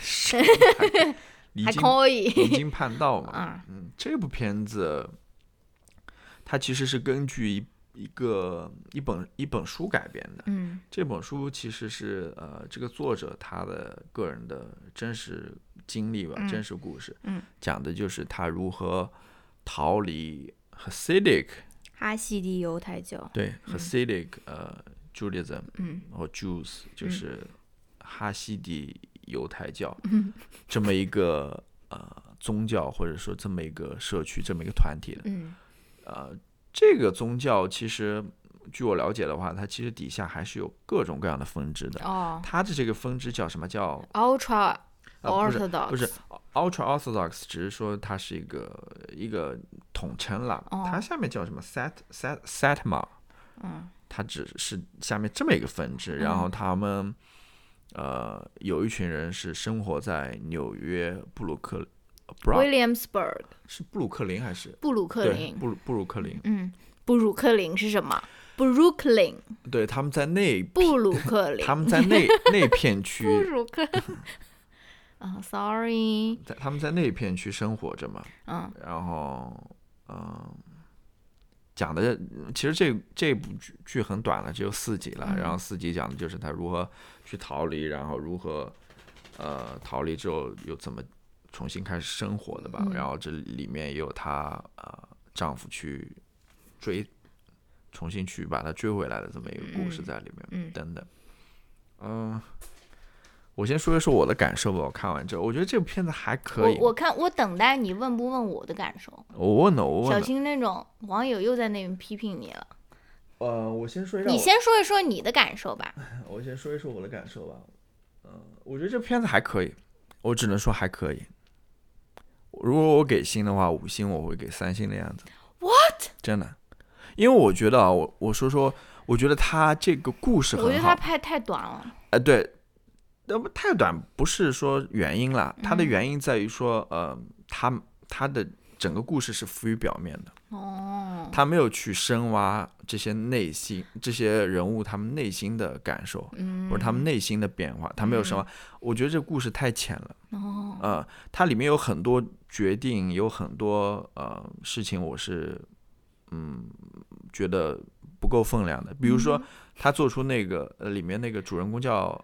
离还可以。 离经叛道嘛。 啊、 嗯，这部片子。它其实是根据一一个一本一本书改编的， 嗯， 这本书其实是呃这个作者他的个人的真实经历吧， 嗯、 真实故事， 嗯， 讲的就是他如何逃离 Hasidic 哈西迪犹太教， 对、嗯、Hasidic 呃 Judaism， 嗯， 或 Jews 就是哈西迪犹太教， 嗯， 这么一个呃宗教或者说这么一个社区这么一个团体的， 嗯。 呃，这个宗教其实，据我了解的话，它其实底下还是有各种各样的分支的。 哦， 它的这个分支叫什么？叫 Ultra Orthodox，、 呃、 不是，不是 Ultra Orthodox， 只是说它是一个一个统称了。 哦、 它下面叫什么 Set Set Setma， 嗯， 它只是下面这么一个分支。然后他们、嗯、呃有一群人是生活在纽约布鲁克。 Williamsburg 是布鲁克林还是布鲁克林？ 布鲁布鲁克林。 嗯，布鲁克林是什么？布鲁克林。 对，他们在那布鲁克林， 他们在那那片区。 布鲁克。啊、uh, ，sorry。 他们在那片区生活着嘛。 嗯。 然后，嗯、呃，讲的其实这这部剧剧很短了，只有四集了。嗯、然后四集讲的就是他如何去逃离，然后如何呃逃离之后又怎么。重新开始生活的吧， 嗯、 然后这里面也有她呃丈夫去追，重新去把她追回来的这么一个故事在里面， 嗯、 等等。嗯、呃，我先说一说我的感受吧。我看完之后，我觉得这部片子还可以。 我, 我看我等待你问不问我的感受。 我问了，我问了。 小心那种网友又在那边批评你了。 呃，我先说一下。 你先说一说你的感受吧。 我先说一说我的感受吧。嗯、呃，我觉得这片子还可以，我只能说还可以。如果我给星的话，五星我会给三星的样子。 What？ 真的，因为我觉得啊，我我说说，我觉得他这个故事很好。 我觉得他拍太短了。 哎、呃，对，那么太短不是说原因啦，它的原因在于说，嗯、呃，他他的整个故事是浮于表面的。 哦。 他没有去深挖这些内心，这些人物他们内心的感受， 嗯、 或者他们内心的变化，他没有深挖。嗯、我觉得这个故事太浅了。 哦。 呃，它里面有很多决定，有很多呃事情，我是嗯觉得不够分量的。比如说，他做出那个呃里面那个主人公叫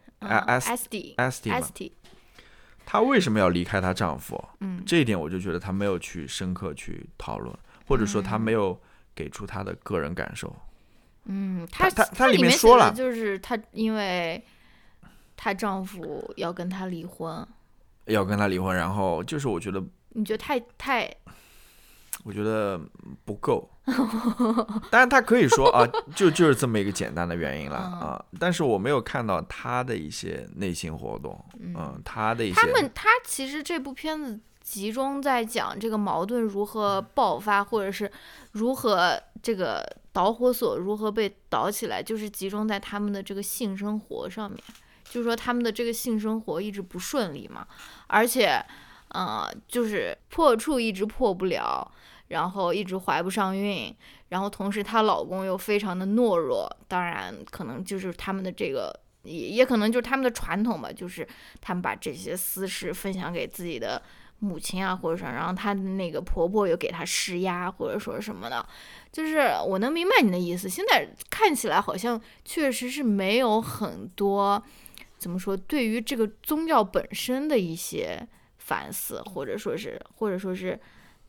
Esty Esty， 她为什么要离开她丈夫？ 嗯， 这一点我就觉得她没有去深刻去讨论，或者说她没有给出她的个人感受。 嗯， 她她她里面说了， 就是她因为她丈夫要跟她离婚。 要跟他离婚，然后就是我觉得， 你觉得太太， 我觉得不够。当然他可以说啊，就就是这么一个简单的原因了、嗯、啊。但是我没有看到他的一些内心活动，嗯，嗯他的一些。 他们他其实这部片子集中在讲这个矛盾如何爆发，或者是如何这个导火索如何被导起来，就是集中在他们的这个性生活上面。就是说他们的这个性生活一直不顺利嘛，而且，呃，就是破处一直破不了，然后一直怀不上孕，然后同时她老公又非常的懦弱，当然可能就是他们的这个，也也可能就是他们的传统吧，就是他们把这些私事分享给自己的母亲啊，或者说，然后她的那个婆婆又给她施压，或者说什么的，就是我能明白你的意思。现在看起来好像确实是没有很多。怎么说？对于这个宗教本身的一些反思，或者说是，或者说是，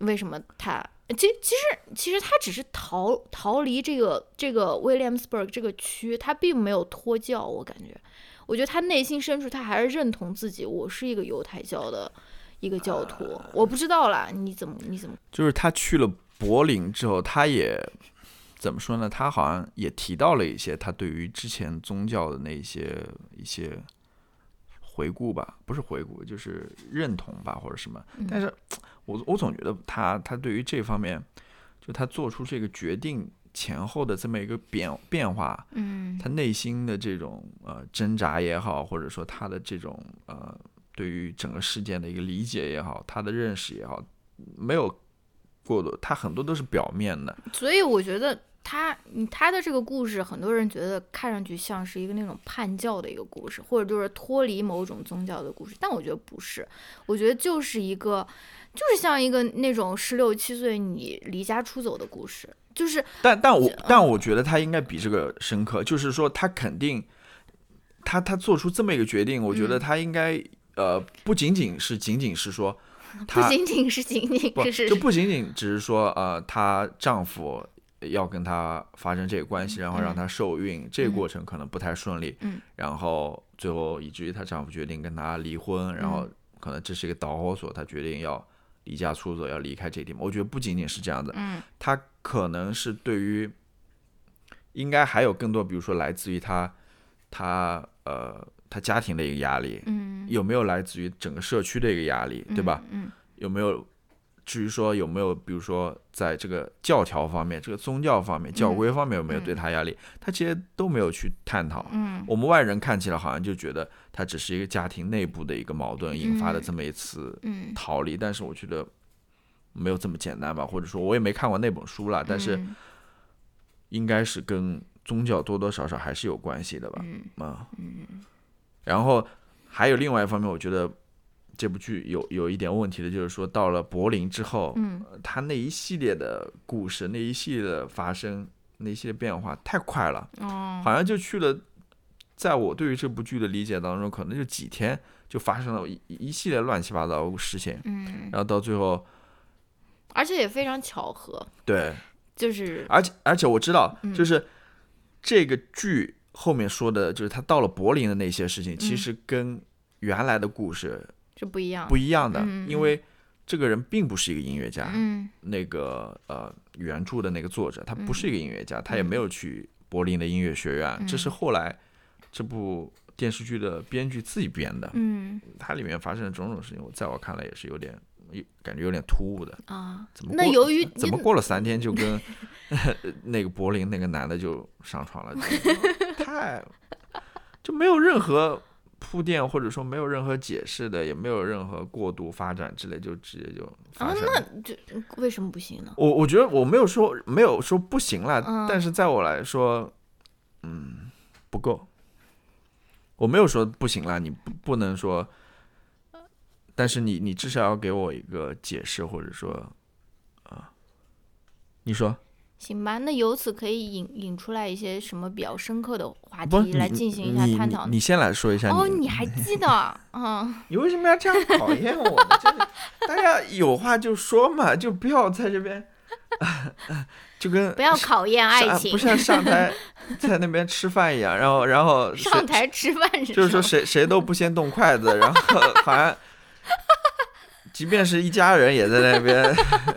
为什么他其其实其实他只是逃逃离这个这个 Williamsburg 这个区，他并没有脱教，我感觉，我觉得他内心深处他还是认同自己，我是一个犹太教的一个教徒，呃、我不知道啦，你怎么你怎么？ 就是他去了柏林之后，他也怎么说呢？他好像也提到了一些他对于之前宗教的那些一些回顾吧，不是回顾，就是认同吧，或者什么。 嗯、 但是我我总觉得他他对于这方面，就他做出这个决定前后的这么一个变变化， 嗯， 他内心的这种呃挣扎也好，或者说他的这种呃对于整个事件的一个理解也好，他的认识也好，没有过多，他很多都是表面的。 所以我觉得他他的这个故事，很多人觉得看上去像是一个那种叛教的一个故事，或者就是脱离某种宗教的故事，但我觉得不是，我觉得就是一个就是像一个那种十六七岁你离家出走的故事，就是， 但但我但我觉得他应该比这个深刻，就是说他肯定，他他做出这么一个决定，我觉得他应该、嗯、呃不仅仅是仅仅是说他， 不仅仅是仅仅是就不仅仅只是说呃她丈夫要跟她发生这个关系，然后让她受孕，嗯、这个过程可能不太顺利， 嗯， 然后最后以至于她丈夫决定跟她离婚，嗯、然后可能这是一个导火索，她决定要离家出走，要离开这个地方。我觉得不仅仅是这样的， 嗯， 她可能是对于，应该还有更多，比如说来自于她，她呃，她家庭的一个压力， 嗯， 有没有来自于整个社区的一个压力，对吧？ 嗯，嗯有没有？至于说有没有，比如说在这个教条方面、这个宗教方面、教规方面有没有对他压力，嗯、他其实都没有去探讨。 嗯， 我们外人看起来好像就觉得他只是一个家庭内部的一个矛盾引发的这么一次逃离，嗯、但是我觉得没有这么简单吧，或者说我也没看过那本书了，但是应该是跟宗教多多少少还是有关系的吧。 嗯， 啊、 嗯， 然后还有另外一方面，我觉得。这部剧有有一点问题的，就是说到了柏林之后， 嗯， 他那一系列的故事，那一系列的发生，那一系列变化太快了， 哦， 好像就去了，在我对于这部剧的理解当中，可能就几天就发生了一一系列乱七八糟的事情， 嗯， 然后到最后， 而且也非常巧合， 对， 就是， 而且而且我知道， 嗯、 就是这个剧后面说的，就是他到了柏林的那些事情， 嗯、 其实跟原来的故事。 是不一样不一样的、 嗯、 因为这个人并不是一个音乐家， 嗯， 那个呃原著的那个作者他不是一个音乐家， 嗯、 他也没有去柏林的音乐学院、嗯、这是后来这部电视剧的编剧自己编的， 嗯， 它里面发生的种种事情在我看来也是有点感觉有点突兀的啊。 怎么那由于怎么过了三天就跟那个柏林那个男的就上床了，太就没有任何铺垫，或者说没有任何解释的，也没有任何过度发展之类，就直接就发生了。 啊、那就为什么不行呢？ 我我觉得我没有说没有说不行了、 嗯， 但是在我来说，嗯，不够。我没有说不行了，你不不能说，但是你你至少要给我一个解释，或者说，啊、呃，你说。 行吧，那由此可以引引出来一些什么比较深刻的话题来进行一下探讨？ 你, 你, 你先来说一下。 哦，你还记得？嗯。 你为什么要这样讨厌我呢？真的，大家有话就说嘛，就不要在这边，就跟不要考验爱情， 不像上台在那边吃饭一样，然后然后上台吃饭是就是说谁谁都不先动筷子，然后好像，即便是一家人也在那边。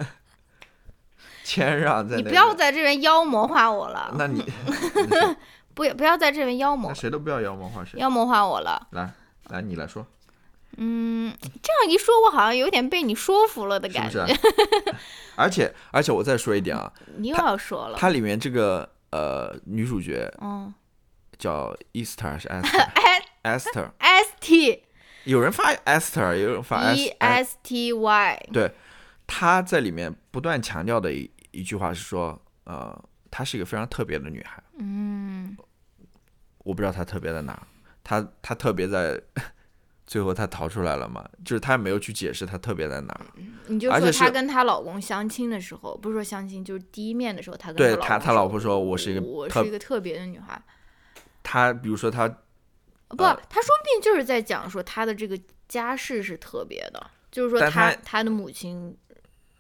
谦让在那， 你不要在这边妖魔化我了。 那你不不要在这边妖魔， 那谁都不要妖魔化谁， 妖魔化我了。 来来，你来说。 嗯，这样一说，我好像有点被你说服了的感觉。 是不是而且而且我再说一点啊， 你又要说了， 它里面这个呃女主角， 嗯， 叫 Esther 还是 Esther？Esther S T， 有人发 Esther， 有人发 E S T Y， 对。她在里面不断强调的一一句话是说，呃，她是一个非常特别的女孩。 嗯， 我不知道她特别在哪，她她特别在最后她逃出来了嘛，就是她没有去解释她特别在哪。 你就说她跟她老公相亲的时候，不是说相亲，就是第一面的时候，她跟对她她老婆说，我是一个我是一个特别的女孩。 她比如说她不，她说不定就是在讲说她的这个家世是特别的，就是说她她的母亲。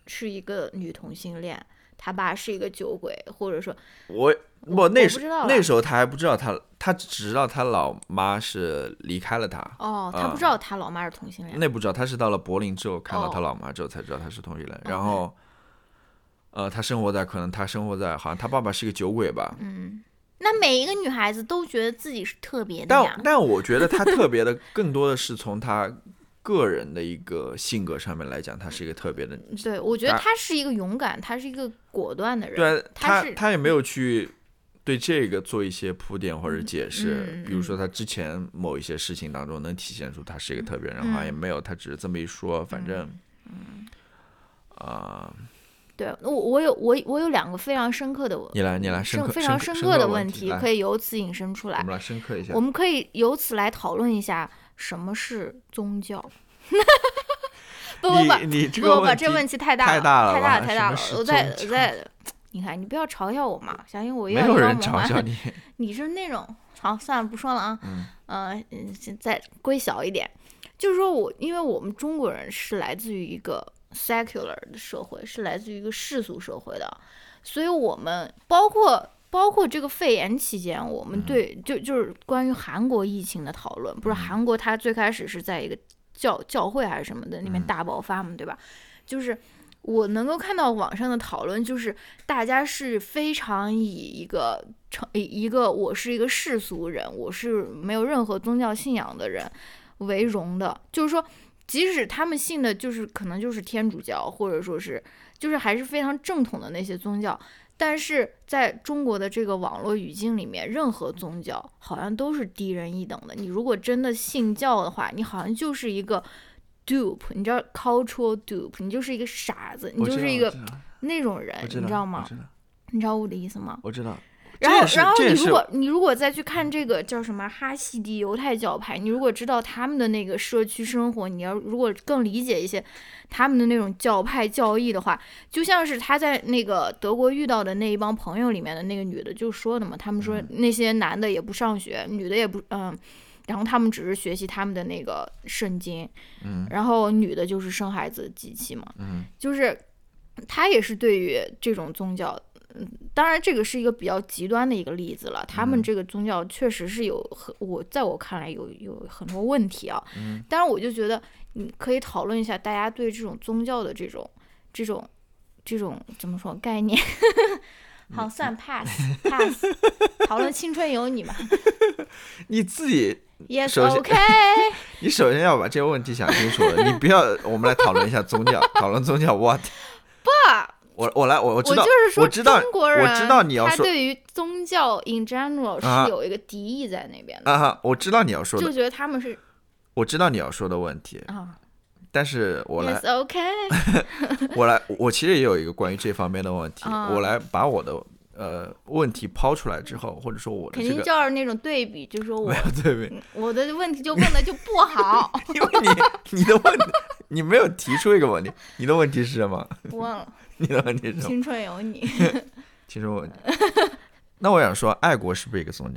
是一个女同性恋，他爸是一个酒鬼，或者说我我那时候那时候他还不知道他他只知道他老妈是离开了他。 哦，他不知道他老妈是同性恋。 那不知道，他是到了柏林之后看到他老妈之后才知道他是同性恋。然后，呃，他生活在可能他生活在好像他爸爸是个酒鬼吧。 嗯。那每一个女孩子都觉得自己是特别的呀。 但但我觉得他特别的更多的是从他个人的一个性格上面来讲，他是一个特别的。 对，我觉得他是一个勇敢，他是一个果断的人。 对， 他他他也没有去对这个做一些铺垫或者解释， 嗯嗯、 比如说他之前某一些事情当中能体现出他是一个特别人，好像也没有，他只是这么一说，反正， 嗯， 啊、呃。 对，我我有我我有两个非常深刻的， 你来你来深刻非常深刻的问题， 题可以由此引申出来。 我们来深刻一下， 我们可以由此来讨论一下什么是宗教。不不不， 你这个不不，这问题太大太大了， 太大了，太大了。我在我在，你看，你不要嘲笑我嘛，相信我。 没有人嘲笑你， 你是那种，好，算了，不说了啊。 嗯， 呃，再归小一点，就是说我，因为我们中国人是来自于一个secular 的社会，是来自于一个世俗社会的，所以我们包括包括这个肺炎期间，我们对、嗯、就就是关于韩国疫情的讨论，不是韩国它最开始是在一个教教会还是什么的里面大爆发嘛， 嗯、 对吧？就是我能够看到网上的讨论，就是大家是非常以一个成一个我是一个世俗人，我是没有任何宗教信仰的人为荣的，就是说。即使他们信的就是可能就是天主教，或者说是就是还是非常正统的那些宗教，但是在中国的这个网络语境里面，任何宗教好像都是低人一等的。你如果真的信教的话，你好像就是一个 dupe， 你知道 cultural dupe， 你就是一个傻子，你就是一个那种人，你知道吗？你知道我的意思吗？ 我知道。 然后，然后你如果你如果再去看这个叫什么哈西迪犹太教派，你如果知道他们的那个社区生活，你要如果更理解一些他们的那种教派教义的话，就像是他在那个德国遇到的那一帮朋友里面的那个女的就说的嘛，他们说那些男的也不上学，女的也不嗯，然后他们只是学习他们的那个圣经， 嗯， 然后女的就是生孩子的机器嘛， 嗯， 就是他也是对于这种宗教。嗯，当然这个是一个比较极端的一个例子了。他们这个宗教确实是有很，我在我看来有有很多问题啊。 嗯， 当然我就觉得你可以讨论一下大家对这种宗教的这种这种这种怎么说概念。好，算 pass pass。讨论青春有你嘛？ 你自己 yes OK。 你首先要把这个问题想清楚了，你不要我们来讨论一下宗教，讨论宗教 what？ 不。 我我来我我知道， 我就是说我知道中国人我知道你要说， 他对于宗教 in general 是有一个敌意在那边的啊哈，我知道你要说的， 就觉得他们是， 我知道你要说的问题啊， 但是我来 yes OK， 我来我其实也有一个关于这方面的问题， 啊、 我来把我的呃问题抛出来之后，或者说我的、这个、 肯定就是那种对比，就是说我没有对比， 我的问题就问的就不好， 因为你你的问题你没有提出一个问题，你的问题是什么？ 我忘了。 你的问题是什么？ 青春有你。 青春有你。那我想说，爱国是不是一个宗教？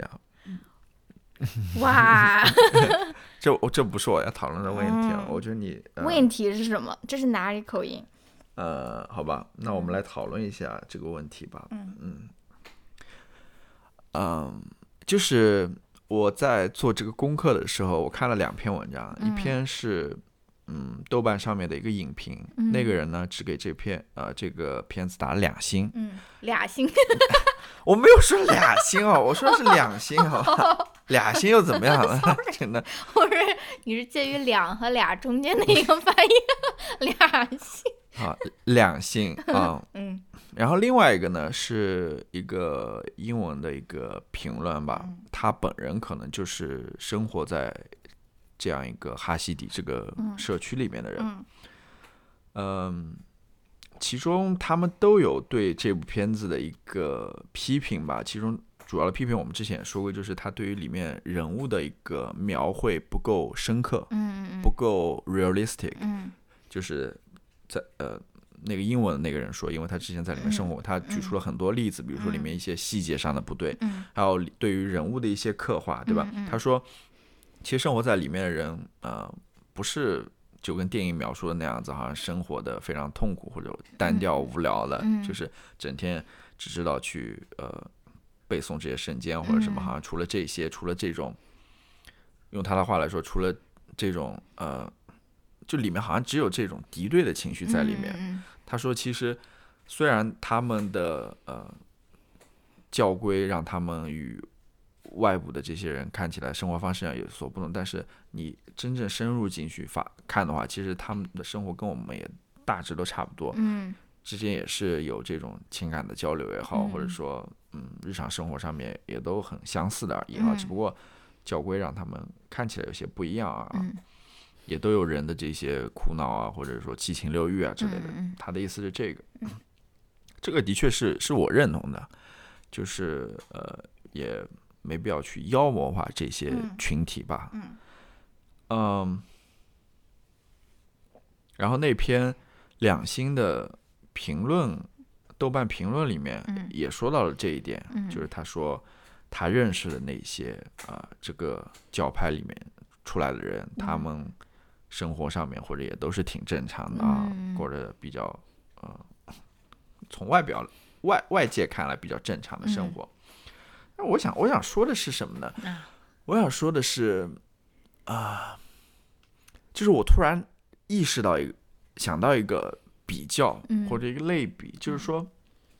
哇， 这这不是我要讨论的问题啊！嗯、我觉得你、呃、 问题是什么？这是哪里口音？ 呃，好吧，那我们来讨论一下这个问题吧。 嗯嗯嗯，就是我在做这个功课的时候，我看了两篇文章， 嗯、 一篇是。嗯，豆瓣上面的一个影评， 嗯、 那个人呢只给这片呃这个片子打了两星。 嗯，俩星。 我没有说俩星哦，我说是两星哦。俩星又怎么样了？真的。 我是你是介于两和俩中间的一个翻译，俩星。 好，两星啊。 嗯。 然后另外一个呢是一个英文的一个评论吧， 嗯、 他本人可能就是生活在。这样一个哈西迪这个社区里面的人， 嗯， 嗯，其中他们都有对这部片子的一个批评吧。其中主要的批评我们之前也说过，就是他对于里面人物的一个描绘不够深刻， 嗯， 不够 realistic， 嗯， 就是在呃那个英文的那个人说，因为他之前在里面生活， 嗯、 他举出了很多例子，比如说里面一些细节上的不对， 嗯， 还有对于人物的一些刻画，对吧？ 嗯嗯、 他说。其实生活在里面的人，呃，不是就跟电影描述的那样子，好像生活的非常痛苦或者单调无聊的， 嗯、 就是整天只知道去呃背诵这些圣经或者什么， 嗯、 好像除了这些，除了这种，用他的话来说，除了这种呃，就里面好像只有这种敌对的情绪在里面。 嗯、 他说，其实虽然他们的呃教规让他们与外部的这些人看起来生活方式上有所不同，但是你真正深入进去发看的话，其实他们的生活跟我们也大致都差不多， 嗯， 之间也是有这种情感的交流也好， 嗯、 或者说嗯日常生活上面也都很相似的而已哈、嗯，只不过教规让他们看起来有些不一样啊， 嗯、 也都有人的这些苦恼啊，或者说七情六欲啊之类的。 嗯、 他的意思是这个，嗯、这个的确是是我认同的，就是呃也。没必要去妖魔化这些群体吧。 嗯， 嗯，然后那篇两星的评论，豆瓣评论里面也说到了这一点， 嗯、 就是他说他认识的那些啊、呃，这个教派里面出来的人， 嗯、 他们生活上面或者也都是挺正常的啊， 嗯、 过着比较呃，从外表外外界看来比较正常的生活。嗯，那我想，我想说的是什么呢？我想说的是，啊、呃，就是我突然意识到一个，想到一个比较或者一个类比，嗯、就是说，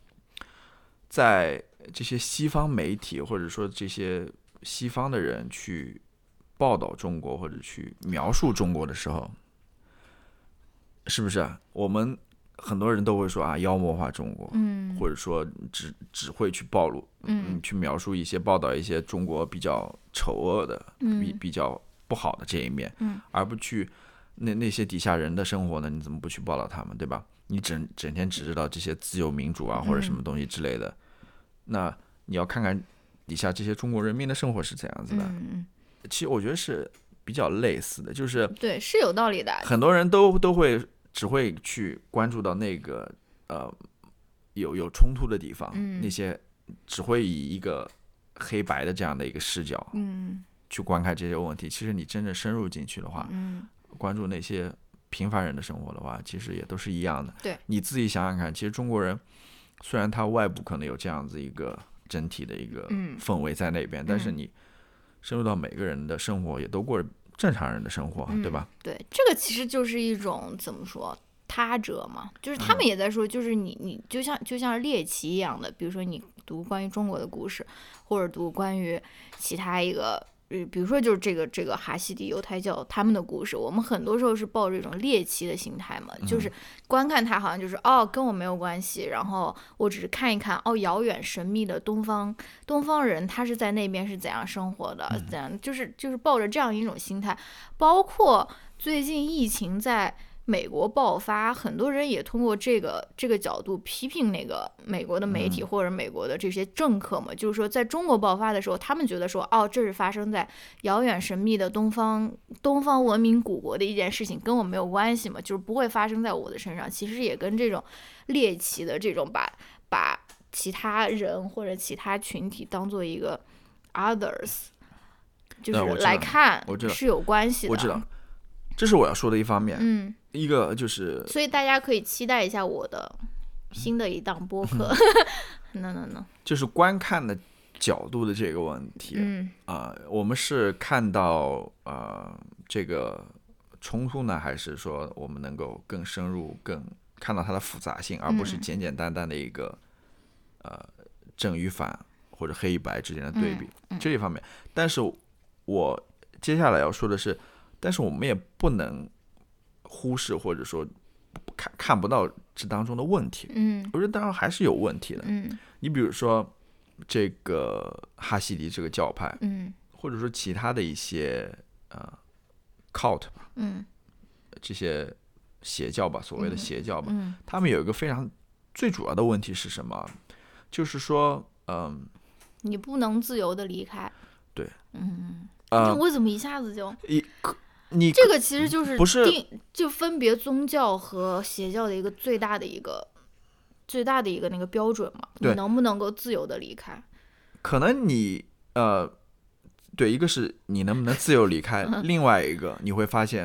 在这些西方媒体或者说这些西方的人去报道中国或者去描述中国的时候，是不是啊？我们很多人都会说啊，妖魔化中国， 嗯， 或者说只只会去暴露，嗯，去描述一些报道一些中国比较丑恶的， 嗯， 比比较不好的这一面， 嗯， 而不去那那些底下人的生活呢？你怎么不去报道他们，对吧？你整整天只知道这些自由民主啊或者什么东西之类的，嗯、那你要看看底下这些中国人民的生活是怎样子的。 嗯， 其实我觉得是比较类似的，就是对，是有道理的。 很多人都都会。只会去关注到那个呃有有冲突的地方， 嗯、 那些只会以一个黑白的这样的一个视角， 嗯， 去观看这些问题。其实你真正深入进去的话， 嗯， 关注那些平凡人的生活的话，其实也都是一样的。 对， 你自己想想看，其实中国人虽然他外部可能有这样子一个整体的一个氛围在那边， 嗯、 但是你深入到每个人的生活，也都过着正常人的生活， 嗯、 对吧？ 对，这个其实就是一种怎么说，他者嘛，就是他们也在说，就是你你就像就像猎奇一样的，比如说你读关于中国的故事，或者读关于其他一个，呃，比如说就是这个这个哈西迪犹太教他们的故事，我们很多时候是抱着一种猎奇的心态嘛，就是观看它好像就是哦跟我没有关系，然后我只是看一看哦遥远神秘的东方东方人他是在那边是怎样生活的，怎样就是就是抱着这样一种心态，包括最近疫情在美国爆发，很多人也通过这个这个角度批评那个美国的媒体或者美国的这些政客嘛，嗯、就是说在中国爆发的时候，他们觉得说，哦，这是发生在遥远神秘的东方东方文明古国的一件事情，跟我没有关系嘛，就是不会发生在我的身上。其实也跟这种猎奇的这种把把其他人或者其他群体当做一个 others， 就是来看是有关系的。 我知道。这是我要说的一方面， 嗯， 一个就是， 所以大家可以期待一下我的新的一档播客，no no no， 就是观看的角度的这个问题， 嗯啊、呃，我们是看到呃这个冲突呢，还是说我们能够更深入、更看到它的复杂性，而不是简简单单的一个、嗯、呃正与反或者黑与白之间的对比、 嗯嗯、 这一方面。但是我接下来要说的是。但是我们也不能忽视或者说看看不到这当中的问题。 嗯， 我觉得当然还是有问题的。 嗯， 你比如说这个哈西迪这个教派， 嗯， 或者说其他的一些呃 cult 吧， 嗯， 这些邪教吧，所谓的邪教吧， 嗯， 他们有一个非常最主要的问题是什么？就是说，嗯、呃， 你不能自由的离开。 对， 嗯， 呃， 我怎么一下子就一。你这个其实就是不是就分别宗教和邪教的一个最大的一个最大的一个那个标准嘛？你能不能够自由的离开？ 可能你呃，对，一个是你能不能自由离开，另外一个你会发现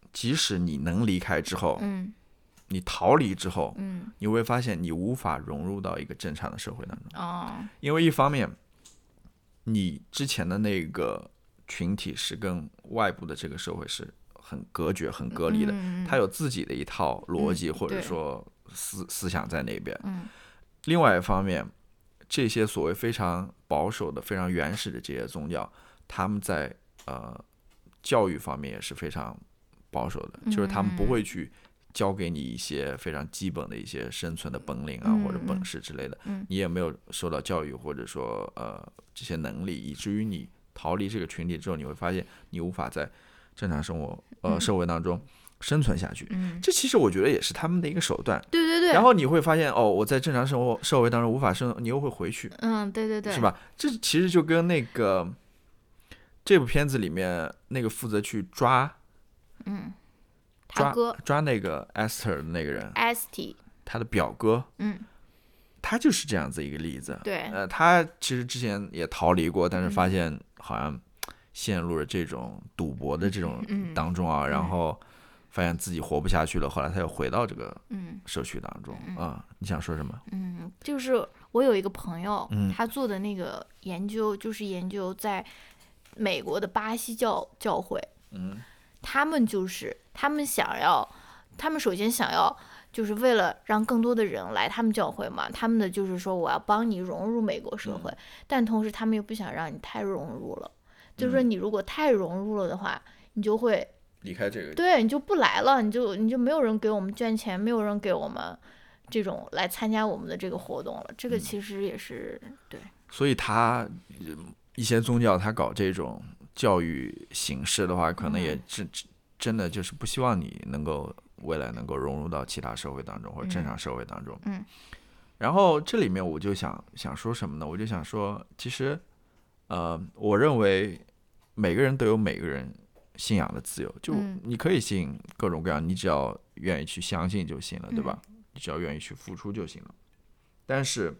即使你能离开之后， 嗯你逃离之后， 嗯你会发现你无法融入到一个正常的社会当中。 哦因为一方面，你之前的那个群体是跟外部的这个社会是很隔绝、很隔离的， 嗯他有自己的一套逻辑、 嗯或者对说思思想在那边。 嗯另外一方面，这些所谓非常保守的、非常原始的这些宗教，他们在呃教育方面也是非常保守的，就是他们不会去教给你一些非常基本的一些生存的本领啊、 嗯或者本事之类的， 嗯你也没有受到教育或者说呃这些能力，以至于你逃离这个群体之后，你会发现你无法在正常生活呃嗯社会当中生存下去。 嗯， 这其实我觉得也是他们的一个手段。 对对对， 然后你会发现，哦，我在正常生活社会当中无法生，你又会回去， 嗯对对对， 是？吧？这其实就跟那个这部片子里面那个负责去抓嗯，他抓哥抓那个 Esther 的那个人， S T， 他的表哥， 嗯他就是这样子一个例子。 对， 呃，他其实之前也逃离过，但是发嗯现好像陷入了这种赌博的这种嗯当中啊，然后发现自己活不下去了，后来他又回到这个嗯社区当中啊。你想说什么？ 嗯，就是我有一个朋友， 嗯他做的那个研究就是研究在美国的巴西教教会， 嗯他们就是他们想要，他们首先想要就是为了让更多的人来他们教会嘛，他们的就是说我要帮你融入美国社会， 嗯但同时他们又不想让你太融入了，就是说嗯你如果太融入了的话，你就会离开这个， 对你就不来了，你就你就没有人给我们捐钱，没有人给我们这种来参加我们的这个活动了，这个嗯其实也是对， 所以他呃一些宗教他搞这种教育形式的话，可能也嗯真真的就是不希望你能够未来能够融入到其他社会当中或者正常社会当中。 嗯然后这里面我就想想说什么呢？我就想说，其实呃，我认为每个人都有每个人信仰的自由，就嗯你可以信各种各样，你只要愿意去相信就行了，对吧？你只要愿意去付出就行了。但是，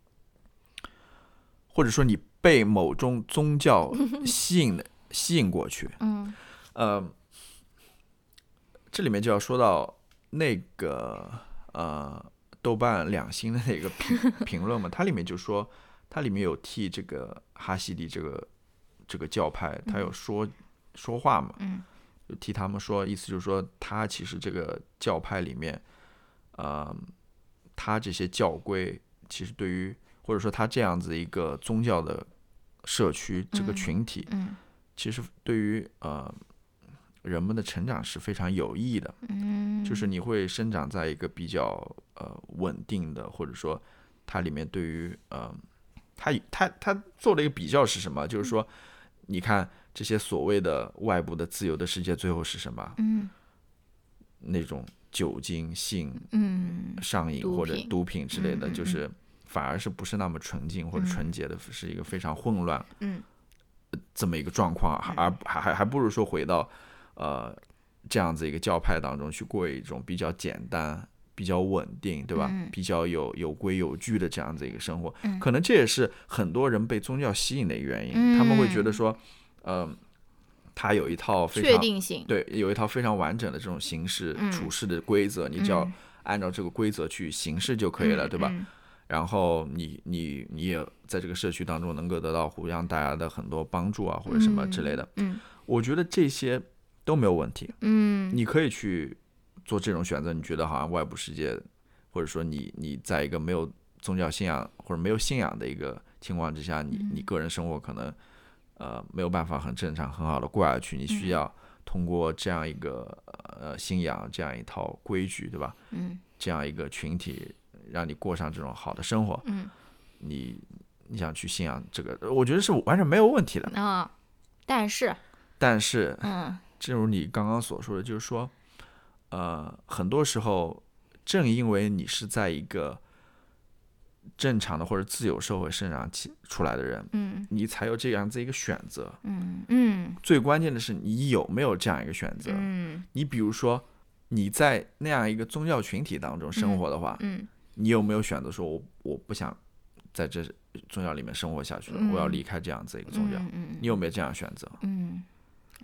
或者说你被某种宗教吸引的吸引过去， 嗯呃，这里面就要说到那个呃豆瓣两星的那个评评论嘛，它里面就说，它里面有替这个哈西迪这个这个教派，他有说、说话嘛， 嗯就替他们说，意思就是说，他其实这个教派里面，呃，他这些教规其实对于或者说他这样子一个宗教的社区这个嗯群体， 嗯其实对于呃人们的成长是非常有益的。 嗯， 就是你会生长在一个比较呃稳定的，或者说它里面对于呃，它它它做了一个比较是什么？就是说，你看这些所谓的外部的自由的世界，最后是什么？ 嗯那种酒精、性嗯上瘾毒品或者毒品之类的， 嗯嗯就是反而是不是那么纯净或者嗯纯洁的，是一个非常混乱嗯这么一个状况， 嗯而还还还不如说回到呃这样子一个教派当中去过一种比较简单、比较稳定，对吧？ 嗯比较有有规有矩的这样子一个生活， 嗯可能这也是很多人被宗教吸引的一个原因。 嗯他们会觉得说，呃，他有一套非确常定性， 对，有一套非常完整的这种行事嗯处事的规则，你只要嗯按照这个规则去行事就可以了，对吧？ 嗯然后你你你也在这个社区当中能够得到互相大家的很多帮助啊，或者什么之类的。 嗯我觉得这些都没有问题， 嗯你可以去做这种选择。你觉得好像外部世界，或者说你你在一个没有宗教信仰或者没有信仰的一个情况之下，你嗯你个人生活可能呃没有办法很正常很好的过下去，你需要通过这样一个呃信仰这样一套规矩，对吧？ 嗯这样一个群体让你过上这种好的生活， 嗯你你想去信仰这个，我觉得是完全没有问题的。 啊，但是但是， 嗯正如你刚刚所说的，就是说，呃，很多时候，正因为你是在一个正常的或者自由社会生长起出来的人， 嗯你才有这样子一个选择。 嗯嗯最关键的是，你有没有这样一个选择？ 嗯你比如说，你在那样一个宗教群体当中生活的话， 嗯你有没有选择说我我不想在这宗教里面生活下去了， 嗯我要离开这样子一个宗教？ 嗯嗯你有没有这样选择？ 嗯，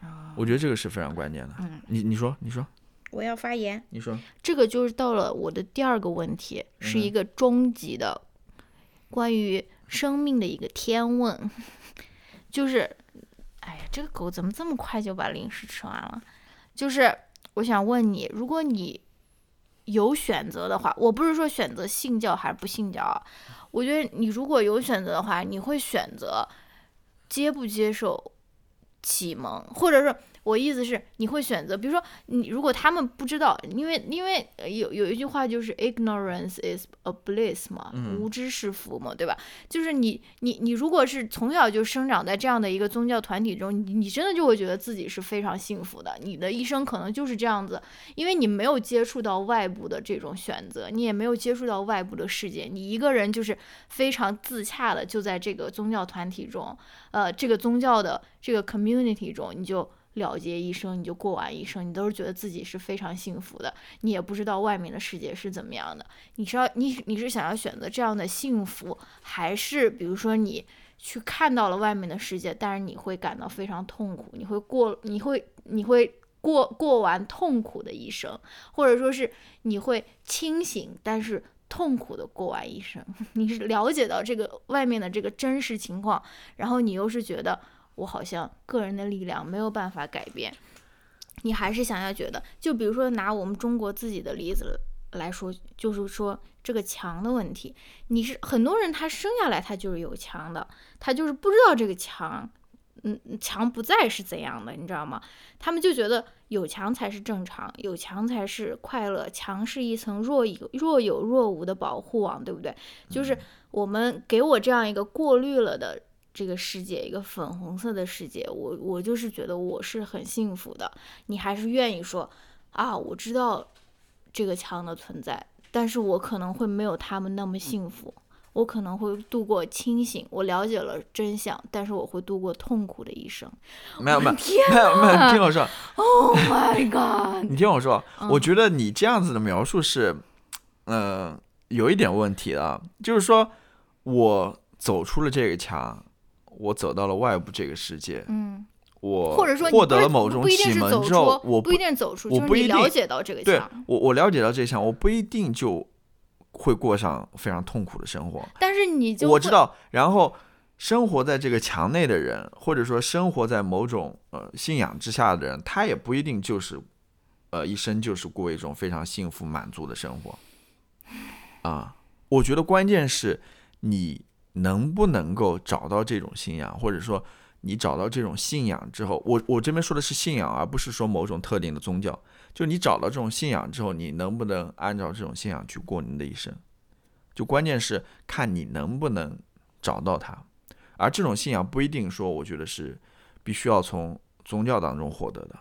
哦、 我觉得这个是非常关键的。 嗯， 你你说你说， 我要发言。 你说，这个就是到了我的第二个问题，嗯、是一个终极的关于生命的一个天问，就是，哎呀，这个狗怎么这么快就把零食吃完了？就是我想问你，如果你有选择的话，我不是说选择信教还是不信教啊，我觉得你如果有选择的话，你会选择接不接受启蒙，或者说我意思是你会选择，比如说你如果他们不知道，因为因为有有一句话就是 ignorance is a bliss 嘛、嗯、无知是福嘛，对吧？就是你你你如果是从小就生长在这样的一个宗教团体中，你你真的就会觉得自己是非常幸福的，你的一生可能就是这样子，因为你没有接触到外部的这种选择，你也没有接触到外部的世界，你一个人就是非常自洽的就在这个宗教团体中，呃，这个宗教的这个 community 中，你就了结一生，你就过完一生，你都是觉得自己是非常幸福的，你也不知道外面的世界是怎么样的。你是要你你是想要选择这样的幸福，还是比如说你去看到了外面的世界，但是你会感到非常痛苦，你会过你会你会过过完痛苦的一生，或者说是你会清醒，但是痛苦的过完一生。你是了解到这个外面的这个真实情况，然后你又是觉得我好像个人的力量没有办法改变，你还是想要觉得，就比如说拿我们中国自己的例子来说，就是说这个墙的问题，你是很多人他生下来他就是有墙的，他就是不知道这个墙嗯，墙不在是怎样的，你知道吗？他们就觉得有墙才是正常，有墙才是快乐，墙是一层若有若有若无的保护网，对不对？就是我们给我这样一个过滤了的这个世界，一个粉红色的世界，我我就是觉得我是很幸福的。你还是愿意说啊，我知道这个墙的存在，但是我可能会没有他们那么幸福。我可能会度过清醒，我了解了真相，但是我会度过痛苦的一生。 没有没有没有没有，你听我说。 Oh my god！ 你听我说， 嗯、 我觉得你这样子的描述是，呃，有一点问题的。就是说，我走出了这个墙，我走到了外部这个世界， 嗯， 我或者说获得了某种启蒙之后，我不一定走出， 我不一定了解到这个墙， 对我我了解到这个墙，我不一定就会过上非常痛苦的生活， 但是你就我知道，然后生活在这个墙内的人，或者说生活在某种呃信仰之下的人，他也不一定就是呃一生就是过一种非常幸福满足的生活啊。我觉得关键是你能不能够找到这种信仰，或者说你找到这种信仰之后，我我这边说的是信仰，而不是说某种特定的宗教。就你找到这种信仰之后，你能不能按照这种信仰去过你的一生？就关键是看你能不能找到它。而这种信仰不一定说，我觉得是必须要从宗教当中获得的。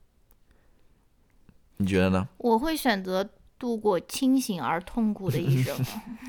你觉得呢？ 我会选择度过清醒而痛苦的一生。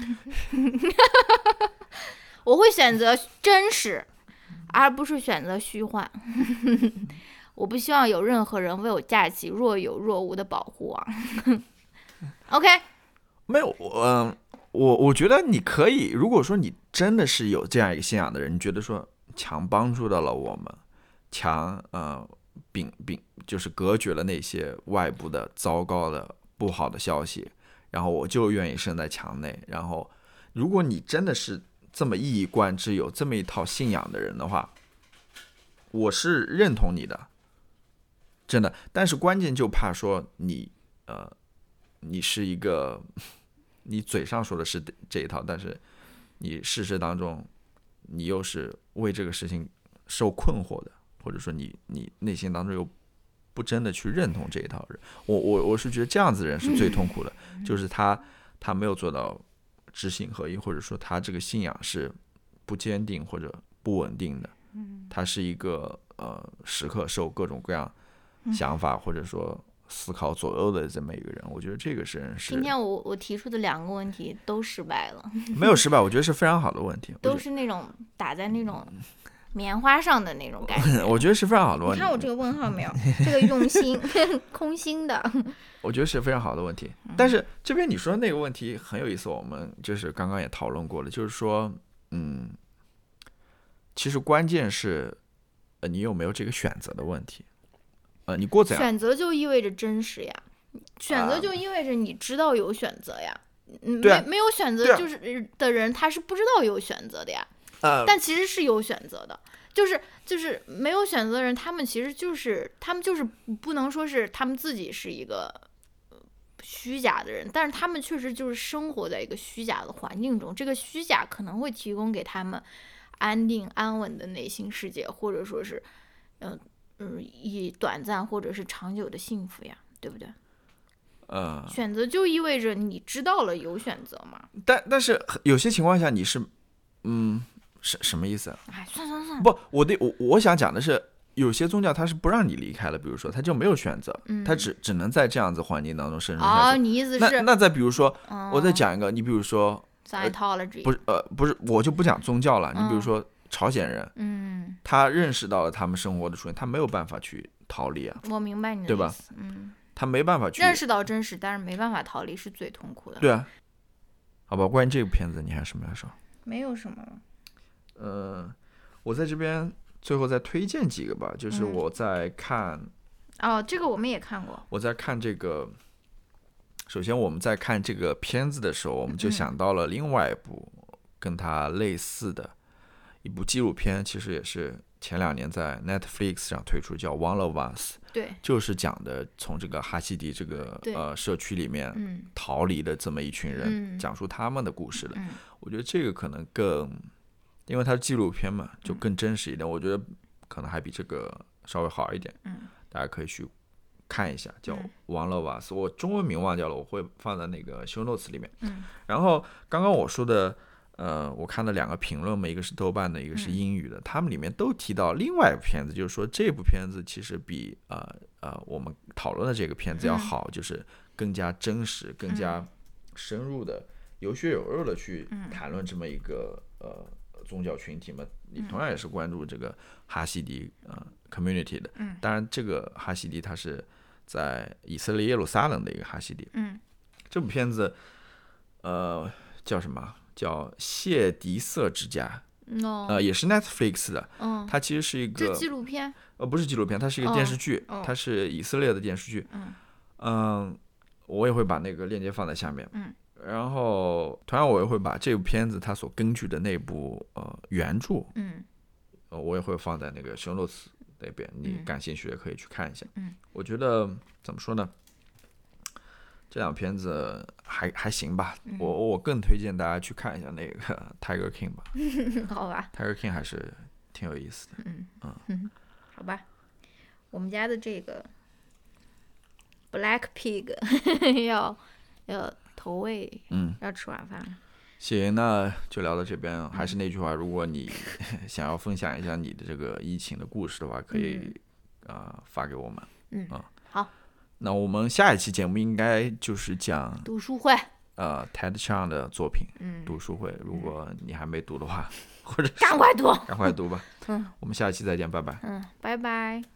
我会选择真实，而不是选择虚幻。我不希望有任何人为我架起若有若无的保护网。OK， 没有，我我我觉得你可以，如果说你真的是有这样一个信仰的人，你觉得说墙帮助到了我们，墙呃并并就是隔绝了那些外部的糟糕的不好的消息，然后我就愿意生在墙内。然后如果你真的是这么一以贯之有这么一套信仰的人的话，我是认同你的，真的。但是关键就怕说你呃你是一个你嘴上说的是这一套，但是你事实当中你又是为这个事情受困惑的，或者说你你内心当中又不真的去认同这一套人。我我我是觉得这样子的人是最痛苦的，就是他他没有做到知行合一，或者说他这个信仰是不坚定或者不稳定的，他是一个呃时刻受各种各样想法或者说思考左右的这么一个人。我觉得这个是人是今天我我提出的两个问题都失败了。 没有失败，我觉得是非常好的问题， 都是那种打在那种棉花上的那种感觉。 我觉得是非常好的问题。 你看我这个问号没有？这个用心空心的。 我觉得是非常好的问题。但是这边你说的那个问题很有意思，我们就是刚刚也讨论过了，就是说嗯其实关键是呃你有没有这个选择的问题。 呃，你过怎样选择就意味着真实呀，选择啊就意味着你知道有选择呀。嗯， 对啊没没有选对啊择就是的人，他是不知道有选择的呀。 呃， 但其实是有选择的，就是就是没有选择的人，他们其实就是他们就是不能说是他们自己是一个呃虚假的人，但是他们确实就是生活在一个虚假的环境中，这个虚假可能会提供给他们安定安稳的内心世界，或者说是嗯嗯、呃、以短暂或者是长久的幸福呀，对不对？ 呃， 选择就意味着你知道了有选择嘛？ 但但是有些情况下你是，嗯，什什么意思啊？ 哎，算算算， 不，我的我我想讲的是，有些宗教它是不让你离开的，比如说它就没有选择， 嗯它只只能在这样子环境当中生存哦， 下去。 你意思是那那再比如说， 嗯我再讲一个，你比如说， Scientology 不是呃不是，我就不讲宗教了，你比如说朝鲜人， 嗯， 他认识到了他们生活的处境，他没有办法去逃离啊， 我明白你的对吧意思，嗯， 他没办法去认识到真实，但是没办法逃离是最痛苦的。 对啊，好吧，关于这个片子你还有什么要说？ 没有什么了。 呃，我在这边最后再推荐几个吧，就是嗯我在看， 哦，这个我们也看过。 我在看这个，首先我们在看这个片子的时候，我们就嗯想到了另外一部跟它类似的一部纪录片，其实也是前两年在 Netflix 上推出，叫《One of Us》， 对， 就是讲的从这个哈希迪这个对呃社区里面嗯逃离的这么一群人， 嗯讲述他们的故事的。 嗯我觉得这个可能更，因为它是纪录片嘛，就嗯更真实一点。我觉得可能还比这个稍微好一点。 嗯大家可以去看一下，叫《 嗯 One of Us》，我中文名忘掉了，我会放在那个 show notes 里面。 嗯然后刚刚我说的，呃，我看了两个评论嘛，一个是豆瓣的，一个是嗯英语的，他们里面都提到另外一部片子，就是说这部片子其实比呃呃我们讨论的这个片子要嗯好，就是更加真实、更加深入的、有血有肉的去嗯谈论这么一个呃宗教群体嘛。你同样也是关注这个哈希迪呃 community 的， 嗯当然这个哈希迪他是在以色列耶路撒冷的一个哈希迪。 嗯这部片子，呃，叫什么？叫谢迪瑟之家， 哦呃，也是 Netflix 的。 嗯， 它其实是一这个纪录片。 呃，不是纪录片，它是一个电视剧， 哦哦它是以色列的电视剧。 嗯嗯，我也会把那个链接放在下面。 嗯然后，同样我也会把这部片子它所根据的那部呃原著， 嗯呃，我也会放在那个 show notes 那边，你嗯感兴趣也可以去看一下。 嗯我觉得怎么说呢？这两片子还还行吧， 嗯我我更推荐大家去看一下那个 Tiger King 吧好吧， ，Tiger King 还是挺有意思的。 嗯嗯嗯，好吧，我们家的这个 Black Pig 要要投喂， 嗯， 要吃晚饭了。 行，那就聊到这边。还是那句话，如果你想要分享一下你的这个疫情的故事的话，可以啊、呃发给我们。 嗯， 啊好， 那我们下一期节目应该就是讲读书会。 呃 Ted Chiang 的作品嗯， 读书会。如果你还没读的话，或者是赶快读。 赶快读吧。 嗯我们下期再见，拜拜。 嗯，拜拜。